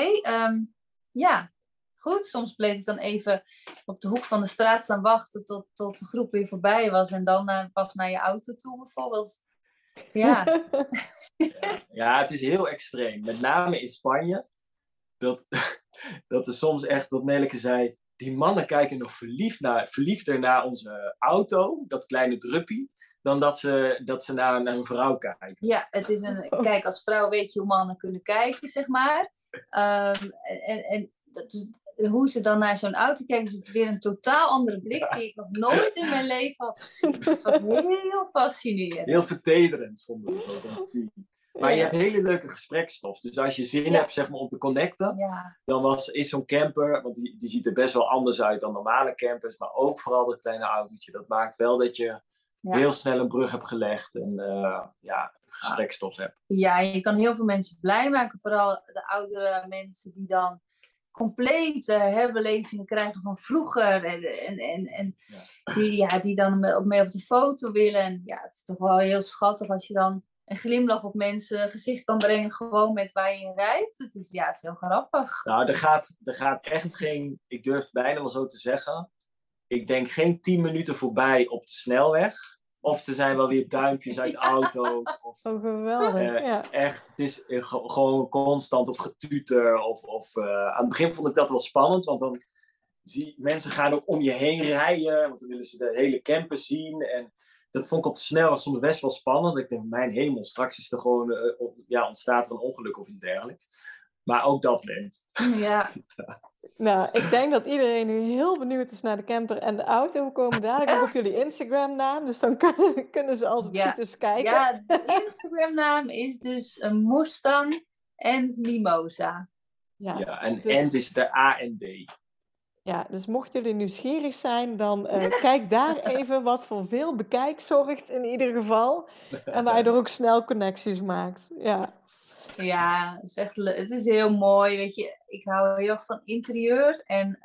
goed. Soms bleef ik dan even op de hoek van de straat staan wachten tot de groep weer voorbij was. En dan pas naar je auto toe bijvoorbeeld. Ja. Ja, het is heel extreem. Met name in Spanje. Dat er soms echt, dat Nelleke zei, die mannen kijken nog verliefder naar onze auto, dat kleine druppie, dan dat ze naar een vrouw kijken. Ja, het is kijk, als vrouw weet je hoe mannen kunnen kijken, zeg maar. En hoe ze dan naar zo'n auto kijken, is het weer een totaal andere blik die ik nog nooit in mijn leven had gezien. Het was heel fascinerend. Heel vertederend vonden we het ook om te zien. Maar je hebt hele leuke gesprekstof. Dus als je zin hebt, zeg maar, om te connecten, dan is zo'n camper, want die ziet er best wel anders uit dan normale campers, maar ook vooral dat kleine autootje. Dat maakt wel dat je heel snel een brug hebt gelegd en gesprekstof hebt. Ja, je kan heel veel mensen blij maken. Vooral de oudere mensen die dan compleet herbelevingen krijgen van vroeger. En die dan mee op de foto willen. En ja, het is toch wel heel schattig als je dan een glimlach op mensen gezicht kan brengen. Gewoon met waar je in rijdt. Het is heel grappig. Nou, er gaat echt geen, ik durf het bijna wel zo te zeggen. Ik denk geen 10 minuten voorbij op de snelweg. Of er zijn wel weer duimpjes uit auto's. Of, geweldig. Echt, het is gewoon constant of getuter. Aan het begin vond ik dat wel spannend. Want dan mensen gaan ook om je heen rijden. Want dan willen ze de hele campus zien. En dat vond ik op de snelweg soms best wel spannend. Ik denk, mijn hemel, straks is er gewoon, ontstaat er een ongeluk of iets dergelijks. Maar ook dat went. Ja. Nou, ik denk dat iedereen nu heel benieuwd is naar de camper en de auto. We komen dadelijk nog op jullie Instagram-naam. Dus dan kunnen ze als het goed is kijken. Ja, de Instagram-naam is dus Mustang and Mimosa. Ja, en dus, and is de AND. Ja, dus mochten jullie nieuwsgierig zijn, dan kijk daar even wat voor veel bekijk zorgt in ieder geval. En waar je er ook snel connecties maakt. Ja, het is heel mooi, weet je. Ik hou heel erg van interieur. En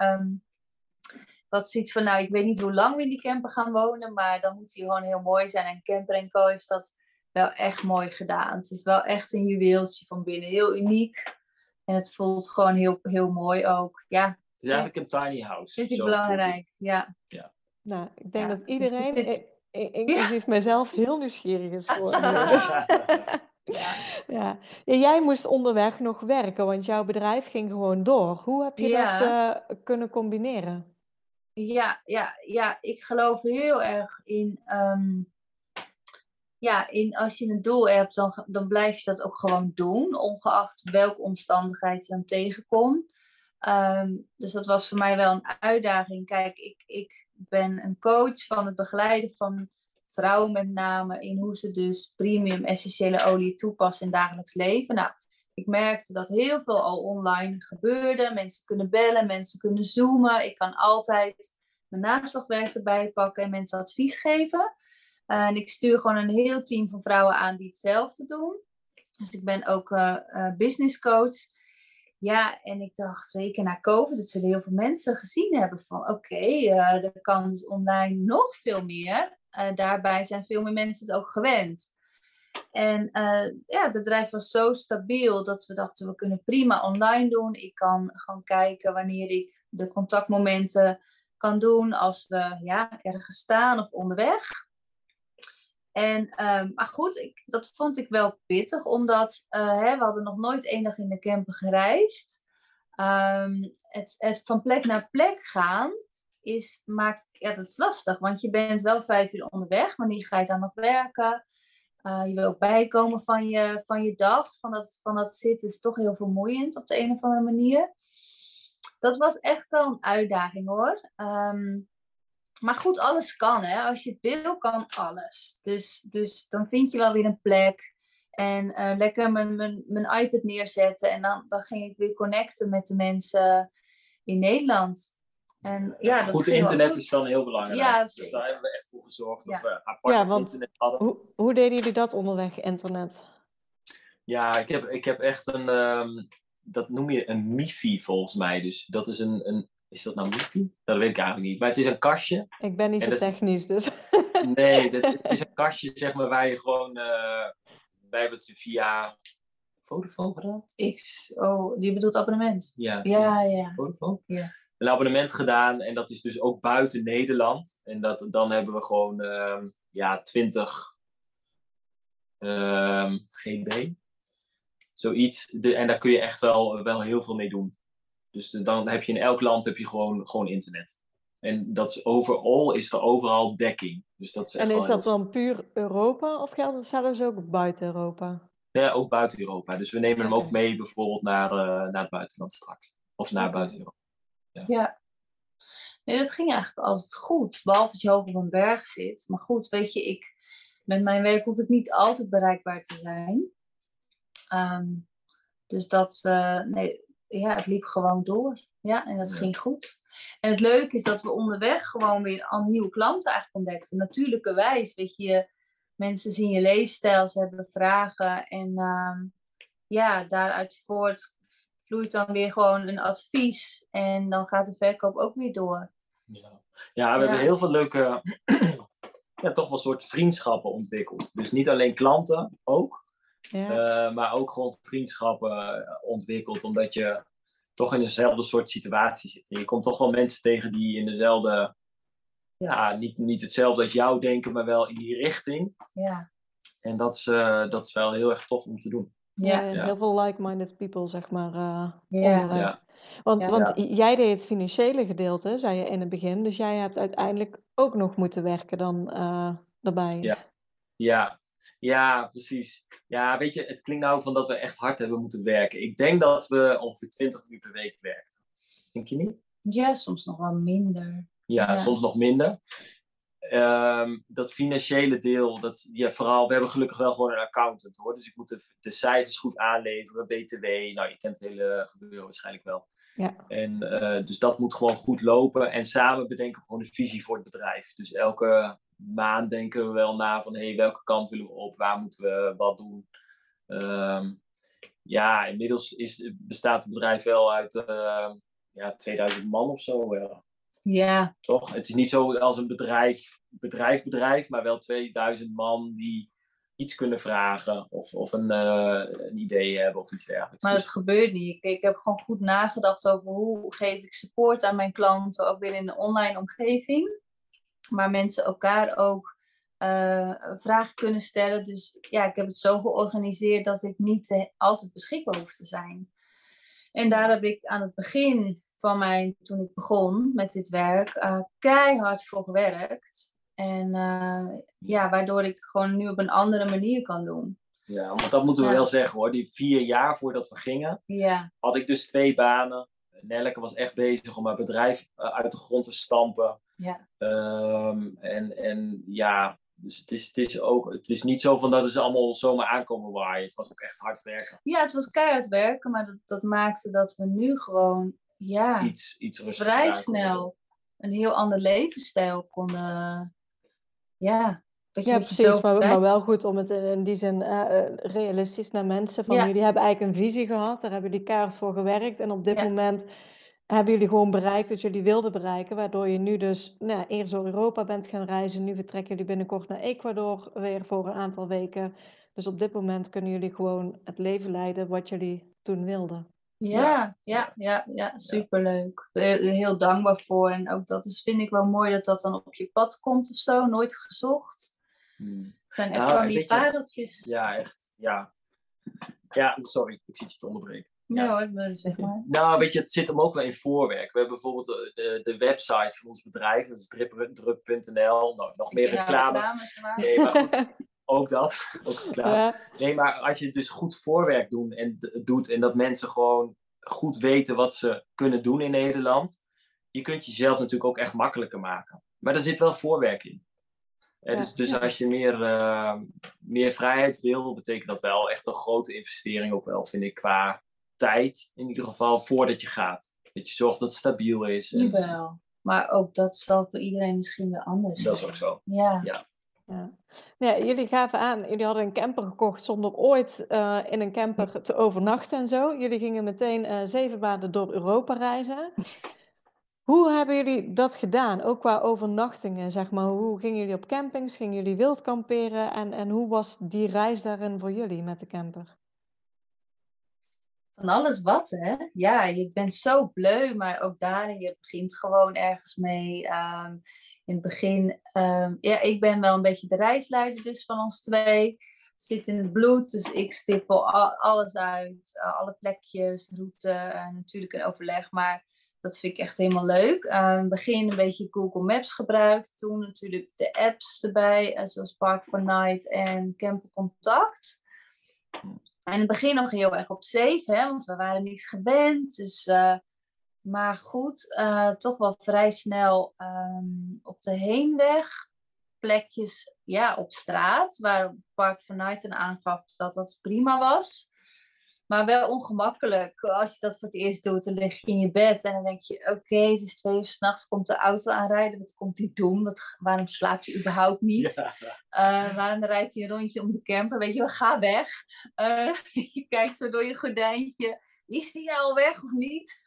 wat zoiets van, ik weet niet hoe lang we in die camper gaan wonen, maar dan moet die gewoon heel mooi zijn. En Camper & Co heeft dat wel echt mooi gedaan. Het is wel echt een juweeltje van binnen, heel uniek. En het voelt gewoon heel, heel mooi ook. Ja. Het is eigenlijk een tiny house. Vind ik belangrijk, ja. Nou, ik denk dat iedereen, inclusief mijzelf, heel nieuwsgierig is geworden. Ja. Jij moest onderweg nog werken, want jouw bedrijf ging gewoon door. Hoe heb je dat kunnen combineren? Ja, ik geloof heel erg in... als je een doel hebt, dan blijf je dat ook gewoon doen, ongeacht welke omstandigheid je dan tegenkomt. Dus dat was voor mij wel een uitdaging. Kijk, ik ben een coach van het begeleiden van vrouwen met name in hoe ze dus premium essentiële olie toepassen in dagelijks leven. Nou, ik merkte dat heel veel al online gebeurde. Mensen kunnen bellen, mensen kunnen zoomen. Ik kan altijd mijn naslagwerk erbij pakken en mensen advies geven. En ik stuur gewoon een heel team van vrouwen aan die hetzelfde doen. Dus ik ben ook business coach. Ja, en ik dacht zeker na COVID, dat zullen heel veel mensen gezien hebben van er kan dus online nog veel meer. Daarbij zijn veel meer mensen het ook gewend. En het bedrijf was zo stabiel dat we dachten, we kunnen prima online doen. Ik kan gewoon kijken wanneer ik de contactmomenten kan doen als we ergens staan of onderweg. En, maar goed, dat vond ik wel pittig, omdat we hadden nog nooit 1 dag in de camper gereisd. Het van plek naar plek gaan dat is lastig, want je bent wel 5 uur onderweg. Wanneer ga je dan nog werken? Je wil ook bijkomen van je dag, van dat zitten is toch heel vermoeiend op de een of andere manier. Dat was echt wel een uitdaging hoor. Maar goed, alles kan hè. Als je het wil, kan alles. Dus dan vind je wel weer een plek. En lekker mijn iPad neerzetten. En dan ging ik weer connecten met de mensen in Nederland. En, dat goed internet is dan heel belangrijk. Ja, dus daar hebben we echt voor gezorgd dat we apart internet hadden. Hoe deden jullie dat onderweg, internet? Ja, ik heb echt dat noem je een MiFi volgens mij. Dus dat is is dat nou MiFi? Dat weet ik eigenlijk niet. Maar het is een kastje. Ik ben niet zo technisch, dus. Nee, het is een kastje zeg maar waar je gewoon... wij hebben het via Vodafone gedaan. Je bedoelt abonnement? Ja. Vodafone? Ja. Een abonnement gedaan en dat is dus ook buiten Nederland. En dan hebben we gewoon 20 GB. Zoiets. En daar kun je echt wel heel veel mee doen. Dus dan heb je in elk land gewoon internet. En dat is is er overal dekking. Dus dat is echt en is dat dan puur Europa of geldt het zelfs ook buiten Europa? Ja, ook buiten Europa. Dus we nemen hem ook mee bijvoorbeeld naar het buitenland straks. Of naar buiten Europa. Ja. Nee, dat ging eigenlijk altijd goed. Behalve als je hoog op een berg zit. Maar goed, weet je, met mijn werk hoef ik niet altijd bereikbaar te zijn. Dus het liep gewoon door. Ja, en dat ging goed. En het leuke is dat we onderweg gewoon weer al nieuwe klanten eigenlijk ontdekten. Natuurlijkerwijs, weet je, mensen zien je leefstijl, ze hebben vragen. En daaruit voort vloeit dan weer gewoon een advies. En dan gaat de verkoop ook weer door. Ja, we hebben heel veel leuke, toch wel soort vriendschappen ontwikkeld. Dus niet alleen klanten, ook. Maar ook gewoon vriendschappen ontwikkeld, omdat je toch in dezelfde soort situatie zit. En je komt toch wel mensen tegen die in dezelfde, niet hetzelfde als jou denken, maar wel in die richting. Ja. En dat is wel heel erg tof om te doen. Heel veel like-minded people, zeg maar. Ja. Want jij deed het financiële gedeelte, zei je in het begin. Dus jij hebt uiteindelijk ook nog moeten werken dan daarbij. Ja, precies. Ja, weet je, het klinkt nou van dat we echt hard hebben moeten werken. Ik denk dat we ongeveer 20 uur per week werkten. Denk je niet? Ja, soms nog wel minder. Ja, soms nog minder. Dat financiële deel, vooral, we hebben gelukkig wel gewoon een accountant, hoor. Dus ik moet de cijfers goed aanleveren, BTW. Nou, je kent het hele gebeuren waarschijnlijk wel. Ja. En dus dat moet gewoon goed lopen. En samen bedenken we gewoon een visie voor het bedrijf. Dus elke maand denken we wel na van, welke kant willen we op? Waar moeten we wat doen? Inmiddels bestaat het bedrijf wel uit 2000 man of zo. Ja. Toch? Het is niet zo als een bedrijf, maar wel 2000 man die iets kunnen vragen of een idee hebben of iets dergelijks. Maar dat gebeurt niet. Ik heb gewoon goed nagedacht over hoe geef ik support aan mijn klanten, ook weer in een online omgeving. Waar mensen elkaar ook vragen kunnen stellen. Dus ik heb het zo georganiseerd dat ik niet altijd beschikbaar hoef te zijn. En daar heb ik aan het begin van toen ik begon met dit werk, keihard voor gewerkt. En waardoor ik gewoon nu op een andere manier kan doen. Ja, want dat moeten we wel zeggen, hoor. Die 4 jaar voordat we gingen, had ik dus 2 banen. Nelleke was echt bezig om haar bedrijf uit de grond te stampen. Ja. Dus het is niet zo van dat ze allemaal zomaar aankomen waaien. Het was ook echt hard werken. Ja, het was keihard werken, maar dat maakte dat we nu gewoon iets rustiger vrij snel een heel ander levensstijl konden. Ja, precies, maar wel goed om het in die zin realistisch naar mensen. Van jullie hebben eigenlijk een visie gehad, daar hebben jullie keihard voor gewerkt. En op dit moment hebben jullie gewoon bereikt wat jullie wilden bereiken. Waardoor je nu dus eerst door Europa bent gaan reizen. Nu vertrekken jullie binnenkort naar Ecuador weer voor een aantal weken. Dus op dit moment kunnen jullie gewoon het leven leiden wat jullie toen wilden. Ja, superleuk. Heel dankbaar voor. En ook vind ik wel mooi dat dan op je pad komt of zo. Nooit gezocht. Het zijn echt gewoon die pareltjes. Ja, echt. Ja, sorry, ik zit je te onderbreken. Nee hoor, zeg maar. Nou, weet je, het zit hem ook wel in voorwerk. We hebben bijvoorbeeld de website van ons bedrijf. Dat is drup.nl. Nou, nog meer reclame. Nee, maar goed. Ook dat. Ook reclame. Ja. Nee, maar als je dus goed voorwerk doet en dat mensen gewoon goed weten wat ze kunnen doen in Nederland. Je kunt jezelf natuurlijk ook echt makkelijker maken. Maar er zit wel voorwerk in. Dus als je meer vrijheid wil, betekent dat wel echt een grote investering ook wel, vind ik, qua tijd in ieder geval, voordat je gaat. Dat je zorgt dat het stabiel is. Jawel. Maar ook dat zal voor iedereen misschien wel anders zijn. Dat is ook zo. Ja. Ja, jullie gaven aan, jullie hadden een camper gekocht zonder ooit in een camper te overnachten en zo. Jullie gingen meteen 7 maanden door Europa reizen. Hoe hebben jullie dat gedaan? Ook qua overnachtingen, zeg maar. Hoe gingen jullie op campings? Gingen jullie wild kamperen? En hoe was die reis daarin voor jullie met de camper? Van alles wat, hè? Ja, je bent zo bleu, maar ook daarin, je begint gewoon ergens mee. In het begin, ik ben wel een beetje de reisleider dus van ons 2. Zit in het bloed, dus ik stippel alles uit. Alle plekjes, route, natuurlijk een overleg, maar dat vind ik echt helemaal leuk. In het begin een beetje Google Maps gebruikt. Toen natuurlijk de apps erbij, zoals Park for Night en Camper Contact. En in het begin nog heel erg op safe, hè, want we waren niks gewend. Dus Maar goed, toch wel vrij snel op de heenweg plekjes op straat, waar Park Vernuijten aangaf dat dat prima was. Maar wel ongemakkelijk. Als je dat voor het eerst doet, dan lig je in je bed en dan denk je, oké, het is 2 uur 's nachts, komt de auto aanrijden. Wat komt hij doen? Waarom slaapt hij überhaupt niet? Ja. Waarom rijdt hij een rondje om de camper? Weet je wel, ga weg. Je kijkt zo door je gordijntje. Is die nou al weg of niet?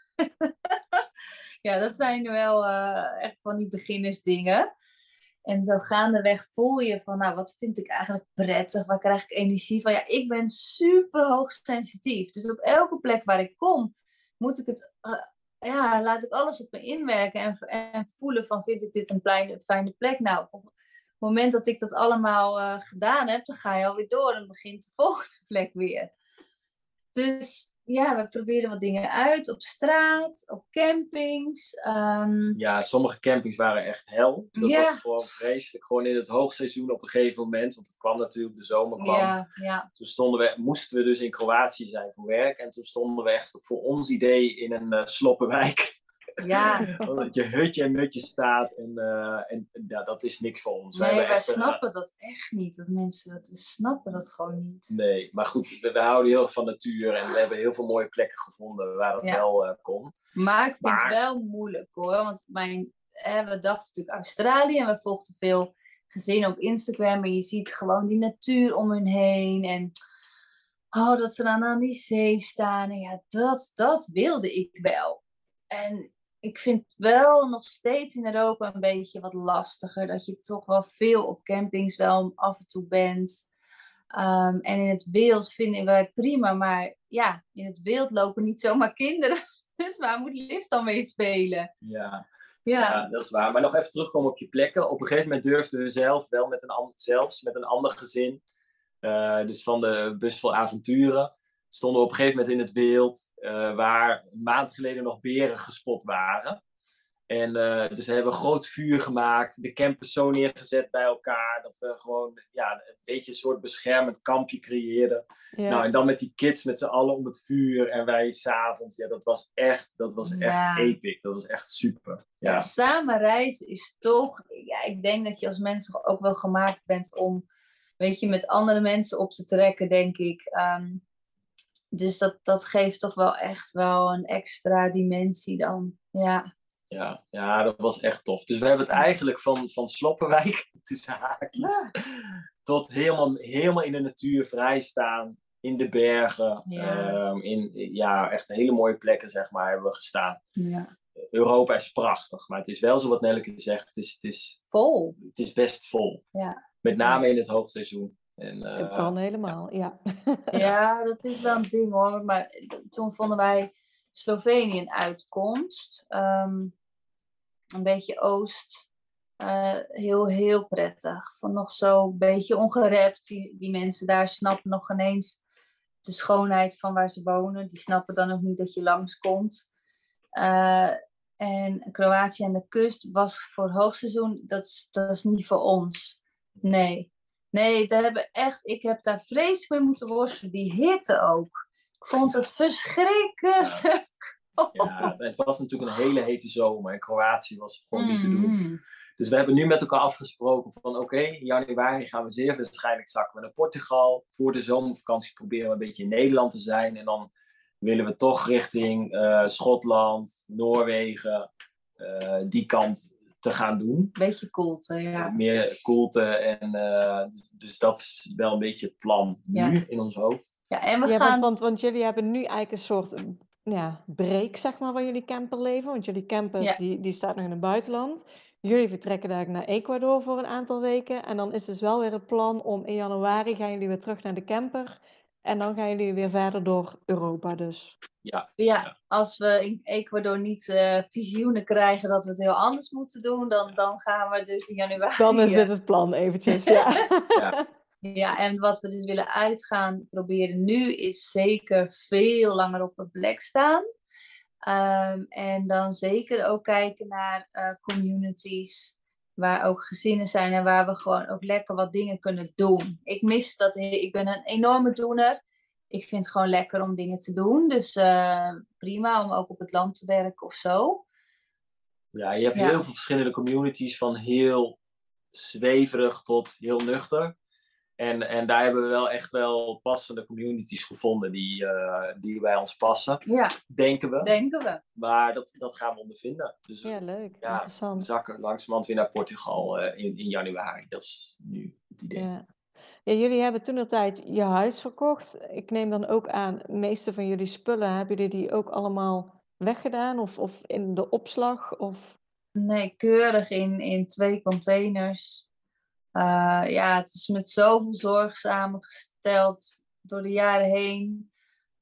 Ja, dat zijn wel echt van die beginnersdingen. En zo gaandeweg voel je van, nou, wat vind ik eigenlijk prettig? Waar krijg ik energie van? Ja, ik ben super hoogsensitief. Dus op elke plek waar ik kom, moet ik het, laat ik alles op me inwerken en voelen van, vind ik dit een fijne plek? Nou, op het moment dat ik dat allemaal gedaan heb, dan ga je alweer door en begint de volgende plek weer. Dus ja, we proberen wat dingen uit op straat, op campings. Ja, sommige campings waren echt hel. Dat was gewoon vreselijk. Gewoon in het hoogseizoen op een gegeven moment, want het kwam natuurlijk, de zomer kwam. Ja. Toen moesten we dus in Kroatië zijn voor werk. En toen stonden we echt voor ons idee in een sloppenwijk. Ja. Dat je hutje en mutje staat. En dat is niks voor ons. Nee, wij snappen dat echt niet. Dat mensen snappen dat gewoon niet. Nee, maar goed, we houden heel erg van natuur. En we hebben heel veel mooie plekken gevonden waar het wel kon. Maar ik vind het wel moeilijk hoor. Want we dachten natuurlijk Australië. En we volgden veel gezinnen op Instagram. En je ziet gewoon die natuur om hun heen. En dat ze dan aan die zee staan. En ja, dat wilde ik wel. En ik vind wel nog steeds in Europa een beetje wat lastiger. Dat je toch wel veel op campings wel af en toe bent. En in het wild vinden wij prima. Maar ja, in het wild lopen niet zomaar kinderen. Dus waar moet Liv dan mee spelen? Ja, dat is waar. Maar nog even terugkomen op je plekken. Op een gegeven moment durfden we zelf wel met een ander gezin. Dus van de bus vol avonturen. Stonden we op een gegeven moment in het wild, waar een maand geleden nog beren gespot waren. En dus we hebben een groot vuur gemaakt, de campers zo neergezet bij elkaar, dat we gewoon een beetje een soort beschermend kampje creëerden. Ja. Nou, en dan met die kids met z'n allen om het vuur en wij s'avonds. Ja, dat was echt epic. Dat was echt super. Ja, samen reizen is toch, ik denk dat je als mens ook wel gemaakt bent om, weet je, met andere mensen op te trekken, denk ik. Dus dat geeft toch wel echt wel een extra dimensie dan. Ja, dat was echt tof. Dus we hebben het eigenlijk van Sloppenwijk, tussen haakjes, tot helemaal in de natuur vrijstaan. In de bergen. Echt hele mooie plekken, zeg maar, hebben we gestaan. Ja. Europa is prachtig, maar het is wel zo wat Nelleke zegt. Het is vol. Het is best vol. Ja. Met name in het hoogseizoen. En, dan helemaal, ja. Ja, dat is wel een ding hoor. Maar toen vonden wij Slovenië een uitkomst. Een beetje oost. Heel, heel prettig. Vond nog zo een beetje ongerept. Die mensen daar snappen nog geen eens de schoonheid van waar ze wonen. Die snappen dan ook niet dat je langskomt. En Kroatië aan de kust was voor het hoogseizoen, dat is niet voor ons. Nee, ik heb daar vreselijk mee moeten worstelen. Die hitte ook. Ik vond het verschrikkelijk. Ja, het was natuurlijk een hele hete zomer. En Kroatië was gewoon niet te doen. Dus we hebben nu met elkaar afgesproken van oké, in januari gaan we zeer waarschijnlijk zakken we naar Portugal. Voor de zomervakantie proberen we een beetje in Nederland te zijn. En dan willen we toch richting Schotland, Noorwegen, die kant te gaan doen. Beetje koelte, ja. Meer koelte. En, dus dat is wel een beetje het plan nu in ons hoofd. Ja, en we gaan... want jullie hebben nu eigenlijk een soort break, zeg maar, van jullie camperleven. Want jullie camper die staat nog in het buitenland. Jullie vertrekken daar naar Ecuador voor een aantal weken. En dan is dus wel weer het plan om in januari gaan jullie weer terug naar de camper. En dan gaan jullie weer verder door Europa dus. Ja, als we in Ecuador niet visioenen krijgen dat we het heel anders moeten doen, dan gaan we dus in januari... Dan is dit het plan eventjes, Ja, en wat we dus willen uitgaan proberen nu is zeker veel langer op een plek staan. En dan zeker ook kijken naar communities waar ook gezinnen zijn en waar we gewoon ook lekker wat dingen kunnen doen. Ik mis dat. Ik ben een enorme doener. ik vind het gewoon lekker om dingen te doen. Dus prima om ook op het land te werken of zo. Ja, je hebt heel veel verschillende communities, van heel zweverig tot heel nuchter. En daar hebben we wel echt wel passende communities gevonden die bij ons passen. Ja, denken we. Denken we. Maar dat gaan we ondervinden. Dus Ja, leuk. ja, Interessant. we zakken langzamerhand weer naar Portugal in januari. Dat is nu het idee. Ja. Ja, jullie hebben toentertijd je huis verkocht. Ik neem dan ook aan, de meeste van jullie spullen, hebben jullie die ook allemaal weggedaan of in de opslag? Of... Nee, keurig in 2 containers. Ja, het is met zoveel zorg samengesteld door de jaren heen.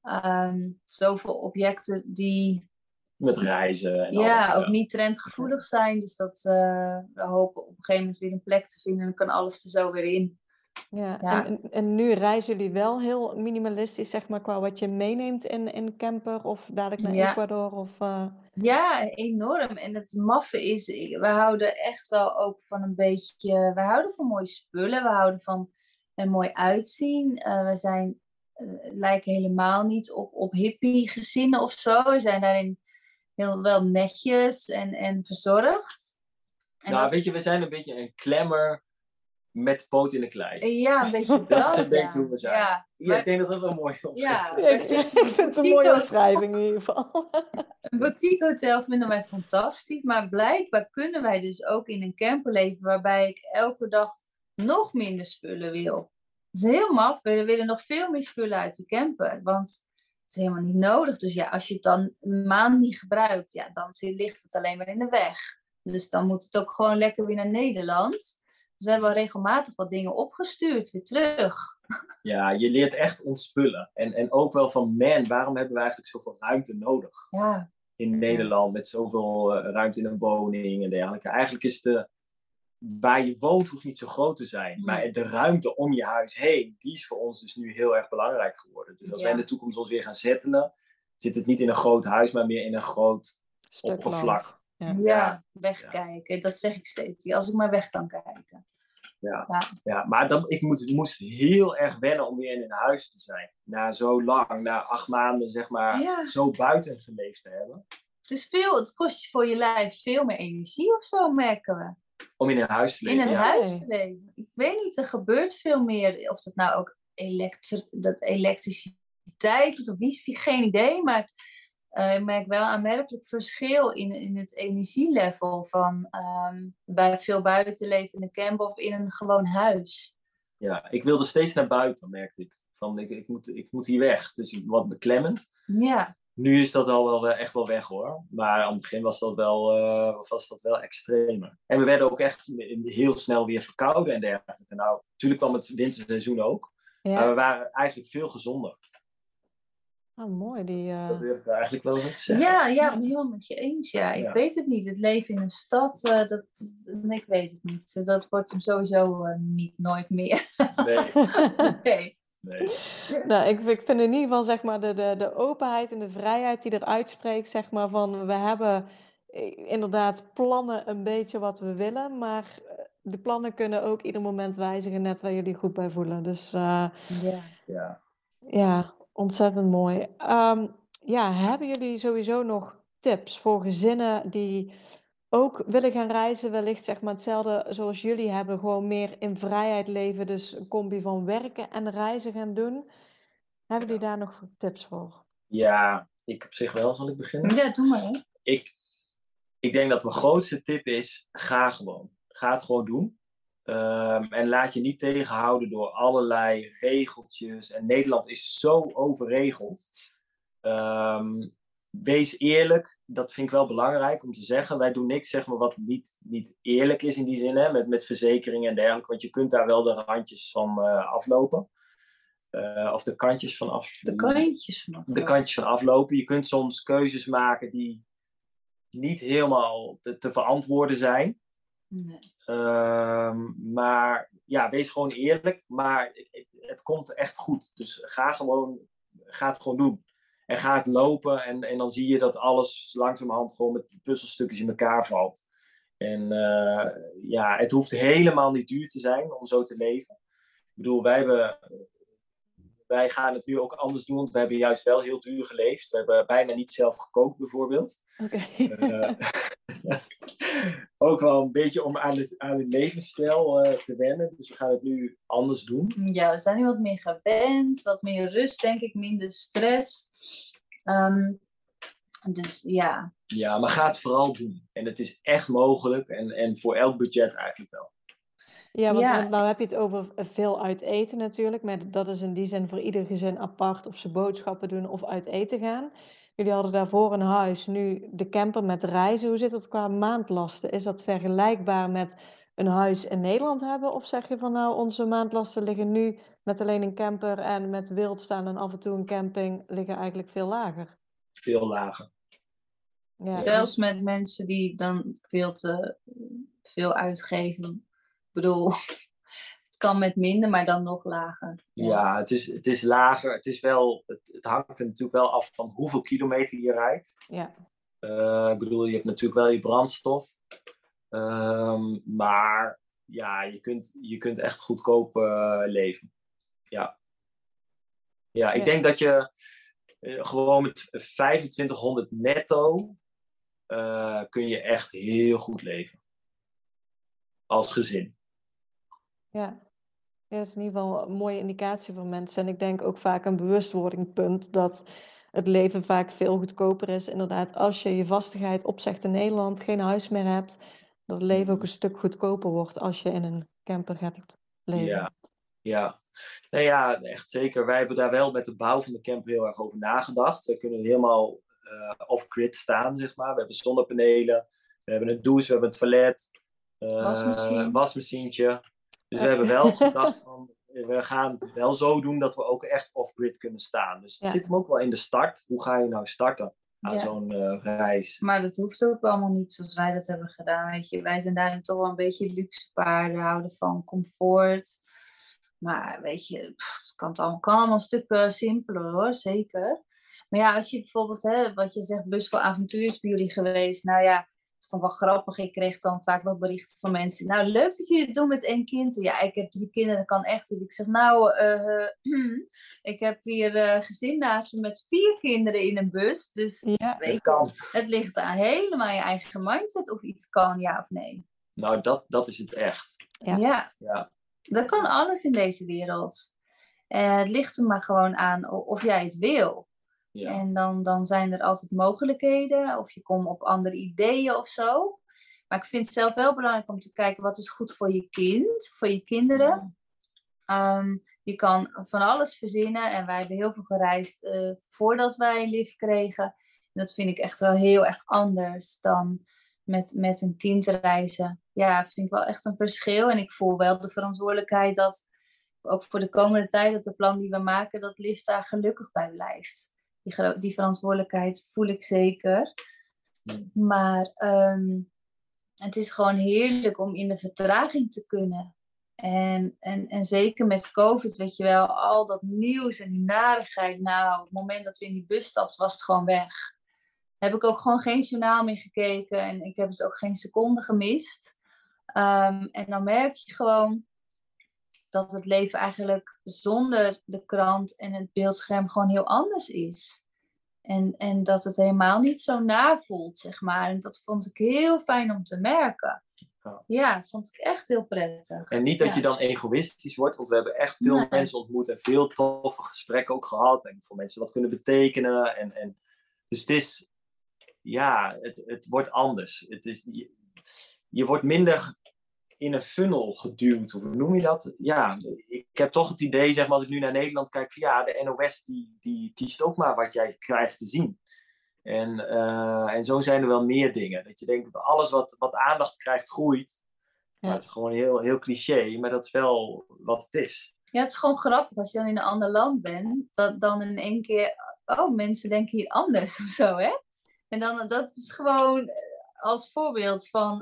Zoveel objecten die Met reizen en ja, alles. ook niet trendgevoelig zijn. Dus dat we hopen op een gegeven moment weer een plek te vinden. En dan kan alles er zo weer in. Ja, Ja. en nu reizen jullie wel heel minimalistisch, zeg maar, qua wat je meeneemt in een camper of dadelijk naar Ja. Ecuador? Of, Ja, enorm. En het maffe is, we houden echt wel ook van een beetje, we houden van mooie spullen, we houden van een mooi uitzien. We zijn, lijken helemaal niet op hippie gezinnen of zo. We zijn daarin heel wel netjes en verzorgd. En Nou, weet je, we zijn een beetje een klemmer met de poot in de klei. ja, een beetje Dat is dat, een beetje hoe we zijn. Ja, Ja, ik denk dat dat wel mooi is. ja. ik vind het een mooie omschrijving in ieder geval. Een boutique hotel vinden wij fantastisch, maar blijkbaar kunnen wij dus ook in een camper leven waarbij ik elke dag nog minder spullen wil. Dat is heel maf. We willen nog veel meer spullen uit de camper, want het is helemaal niet nodig. Dus ja, als je het dan een maand niet gebruikt, ja, dan ligt het alleen maar in de weg. Dus dan moet het ook gewoon lekker weer naar Nederland. Dus we hebben al regelmatig wat dingen opgestuurd, weer terug. Ja, je leert echt ontspullen. En ook wel van, waarom hebben we eigenlijk zoveel ruimte nodig? Ja. In Nederland, met zoveel ruimte in een woning en dergelijke. Eigenlijk is waar je woont, hoeft niet zo groot te zijn. Maar de ruimte om je huis heen, die is voor ons dus nu heel erg belangrijk geworden. Dus als wij in de toekomst ons weer gaan settelen, zit het niet in een groot huis, maar meer in een groot oppervlak. Ja, wegkijken. Dat zeg ik steeds. Als ik maar weg kan kijken. Ja, maar ik moest heel erg wennen om weer in een huis te zijn. Na zo lang, na 8 maanden, zeg maar, zo buiten geleefd te hebben. Het kost voor je lijf veel meer energie of zo, merken we. Om in een huis te leven. In een huis te leven. Ik weet niet, er gebeurt veel meer. Of dat nou ook elektriciteit is of wifi, geen idee. Maar ik merk wel een aanmerkelijk verschil in het energielevel van bij veel buitenleven in een camper of in een gewoon huis. Ja, ik wilde steeds naar buiten, merkte ik. Van, ik moet hier weg. Het is wat beklemmend. Ja. Nu is dat al wel echt wel weg, hoor. Maar aan het begin was dat wel extremer. En we werden ook echt heel snel weer verkouden en dergelijke. Nou, natuurlijk kwam het winterseizoen ook. Ja. Maar we waren eigenlijk veel gezonder. Oh, mooi. Dat wil ik eigenlijk wel eens zeggen. Ja, ik ben helemaal met je eens. Ja, ik weet het niet. Het leven in een stad, ik weet het niet. Dat wordt hem sowieso nooit meer. Nee. Nee. Nou, ik vind in ieder geval, zeg maar, de openheid en de vrijheid die eruit spreekt, zeg maar, van we hebben inderdaad plannen een beetje wat we willen, maar de plannen kunnen ook ieder moment wijzigen, net waar jullie goed bij voelen. Dus ja, ontzettend mooi. Hebben jullie sowieso nog tips voor gezinnen die ook willen gaan reizen, wellicht zeg maar hetzelfde zoals jullie hebben, gewoon meer in vrijheid leven, dus een combi van werken en reizen gaan doen? Hebben jullie daar nog tips voor? Ja, ik op zich wel. Zal ik beginnen? Ja, doe maar. Hè. Ik denk dat mijn grootste tip is, ga gewoon. Ga het gewoon doen. En laat je niet tegenhouden door allerlei regeltjes. En Nederland is zo overregeld. Wees eerlijk. Dat vind ik wel belangrijk om te zeggen. Wij doen niks, zeg maar, wat niet eerlijk is in die zin. Hè? Met verzekeringen en dergelijke. Want je kunt daar wel de randjes van aflopen. Of de kantjes van aflopen. De kantjes van aflopen. Je kunt soms keuzes maken die niet helemaal te verantwoorden zijn. Nee. Maar ja, wees gewoon eerlijk. Maar het komt echt goed. Dus ga het gewoon doen. En ga het lopen. En dan zie je dat alles langzamerhand gewoon met puzzelstukjes in elkaar valt. En het hoeft helemaal niet duur te zijn om zo te leven. Ik bedoel, wij hebben wij gaan het nu ook anders doen, want we hebben juist wel heel duur geleefd. We hebben bijna niet zelf gekookt bijvoorbeeld. Okay. Ook wel een beetje om aan het levensstijl te wennen. Dus we gaan het nu anders doen. Ja, we zijn nu wat meer gewend. Wat meer rust, denk ik. Minder stress. Dus ja. Ja, maar ga het vooral doen. En het is echt mogelijk. En voor elk budget eigenlijk wel. Ja, want nou heb je het over veel uit eten natuurlijk. Maar dat is in die zin voor ieder gezin apart. Of ze boodschappen doen of uit eten gaan. Jullie hadden daarvoor een huis. Nu de camper met reizen. Hoe zit dat qua maandlasten? Is dat vergelijkbaar met een huis in Nederland hebben? Of zeg je van nou, onze maandlasten liggen nu met alleen een camper en met wild staan en af en toe een camping liggen eigenlijk veel lager? Veel lager. Ja, zelfs met mensen die dan veel te veel uitgeven. Ik bedoel, het kan met minder, maar dan nog lager. Ja, het is lager. Het hangt er natuurlijk wel af van hoeveel kilometer je rijdt. Ja. Ik bedoel, je hebt natuurlijk wel je brandstof. Maar ja, je kunt echt goedkoop leven. Ja. Ja, ik denk dat je gewoon met 2500 netto kun je echt heel goed leven. Als gezin. Ja, dat is in ieder geval een mooie indicatie voor mensen. En ik denk ook vaak een bewustwordingpunt dat het leven vaak veel goedkoper is. Inderdaad, als je je vastigheid opzegt in Nederland, geen huis meer hebt, dat het leven ook een stuk goedkoper wordt als je in een camper gaat leven. Ja. Nou ja, echt zeker. Wij hebben daar wel met de bouw van de camper heel erg over nagedacht. We kunnen helemaal off-grid staan, zeg maar. We hebben zonnepanelen, we hebben een douche, we hebben een toilet, wasmachientje. Dus we hebben wel gedacht van, we gaan het wel zo doen dat we ook echt off-grid kunnen staan. Dus het zit hem ook wel in de start. Hoe ga je nou starten aan zo'n reis? Maar dat hoeft ook allemaal niet zoals wij dat hebben gedaan, weet je. Wij zijn daarin toch wel een beetje luxe paarden, houden van comfort. Maar weet je, het kan allemaal een stuk simpeler hoor, zeker. Maar ja, als je bijvoorbeeld, wat je zegt, bus voor avontuur is bij jullie geweest. Nou ja, het vond ik wel grappig. Ik kreeg dan vaak wel berichten van mensen. Nou, leuk dat jullie het doen met 1 kind. Ja, ik heb 3 kinderen, dat kan echt niet. Ik zeg, nou, ik heb hier gezin naast me met 4 kinderen in een bus. Dus weet je, het ligt aan helemaal je eigen mindset of iets kan, ja of nee. Nou, dat is het echt. Ja. Dat kan alles in deze wereld. Het ligt er maar gewoon aan of jij het wil. Ja. En dan zijn er altijd mogelijkheden. Of je komt op andere ideeën of zo. Maar ik vind het zelf wel belangrijk om te kijken wat is goed voor je kind. Voor je kinderen. Je kan van alles verzinnen. En wij hebben heel veel gereisd voordat wij Liv kregen. En dat vind ik echt wel heel erg anders dan met een kind reizen. Ja, vind ik wel echt een verschil. En ik voel wel de verantwoordelijkheid dat ook voor de komende tijd, dat de plan die we maken, dat Liv daar gelukkig bij blijft. Die verantwoordelijkheid voel ik zeker. Maar het is gewoon heerlijk om in de vertraging te kunnen. En zeker met COVID, weet je wel, al dat nieuws en die narigheid. Nou, op het moment dat we in die bus stapten, was het gewoon weg. Heb ik ook gewoon geen journaal meer gekeken. En ik heb dus ook geen seconde gemist. En dan merk je gewoon dat het leven eigenlijk zonder de krant en het beeldscherm gewoon heel anders is. En dat het helemaal niet zo voelt, zeg maar. En dat vond ik heel fijn om te merken. Ja, vond ik echt heel prettig. En niet dat je dan egoïstisch wordt, want we hebben echt veel mensen ontmoet en veel toffe gesprekken ook gehad. En voor mensen wat kunnen betekenen. Dus het is, het wordt anders. Je wordt minder in een funnel geduwd, of hoe noem je dat? Ja, ik heb toch het idee, zeg maar, als ik nu naar Nederland kijk, van de NOS die kiest ook maar wat jij krijgt te zien. En zo zijn er wel meer dingen. Dat je denkt, alles wat aandacht krijgt, groeit. Ja. Nou, dat is gewoon heel, heel cliché, maar dat is wel wat het is. Ja, het is gewoon grappig als je dan in een ander land bent, dan in één keer, mensen denken hier anders of zo, hè? En dan, dat is gewoon als voorbeeld van,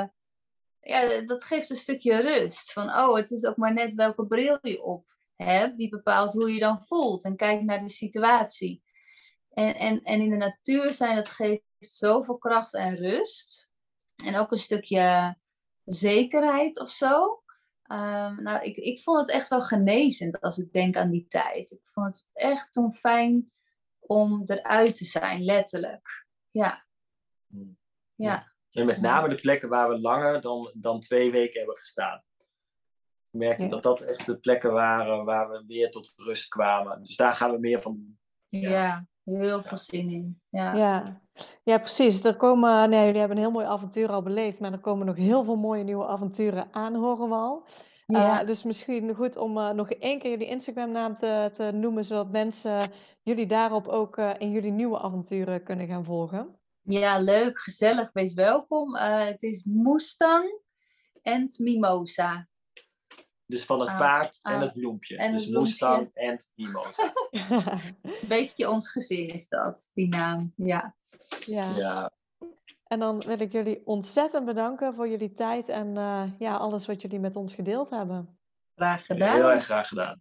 dat geeft een stukje rust. Van, het is ook maar net welke bril je op hebt, die bepaalt hoe je dan voelt. En kijk naar de situatie. En in de natuur zijn, dat geeft zoveel kracht en rust. En ook een stukje zekerheid of zo. Nou, ik vond het echt wel genezend als ik denk aan die tijd. Ik vond het echt toen fijn om eruit te zijn, letterlijk. Ja. Ja. En met name de plekken waar we langer dan 2 weken hebben gestaan. Ik merkte dat echt de plekken waren waar we meer tot rust kwamen. Dus daar gaan we meer van doen. Ja, heel veel zin in. Ja, precies. Jullie hebben een heel mooi avontuur al beleefd, maar er komen nog heel veel mooie nieuwe avonturen aan, horen we al. Dus misschien goed om nog 1 keer jullie Instagram-naam te noemen, zodat mensen jullie daarop ook in jullie nieuwe avonturen kunnen gaan volgen. Ja, leuk, gezellig, wees welkom. Het is Mustang en Mimosa. Dus van het paard en het bloempje. En dus het bloempje. Mustang en Mimosa. Een beetje ons gezin is dat, die naam. Ja. En dan wil ik jullie ontzettend bedanken voor jullie tijd en alles wat jullie met ons gedeeld hebben. Graag gedaan. Heel erg graag gedaan.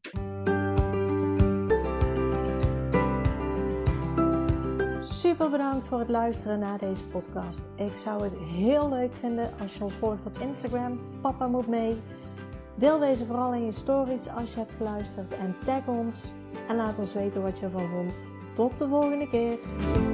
Super bedankt voor het luisteren naar deze podcast. Ik zou het heel leuk vinden als je ons volgt op Instagram. Papa moet mee. Deel deze vooral in je stories als je hebt geluisterd en tag ons. En laat ons weten wat je ervan vond. Tot de volgende keer.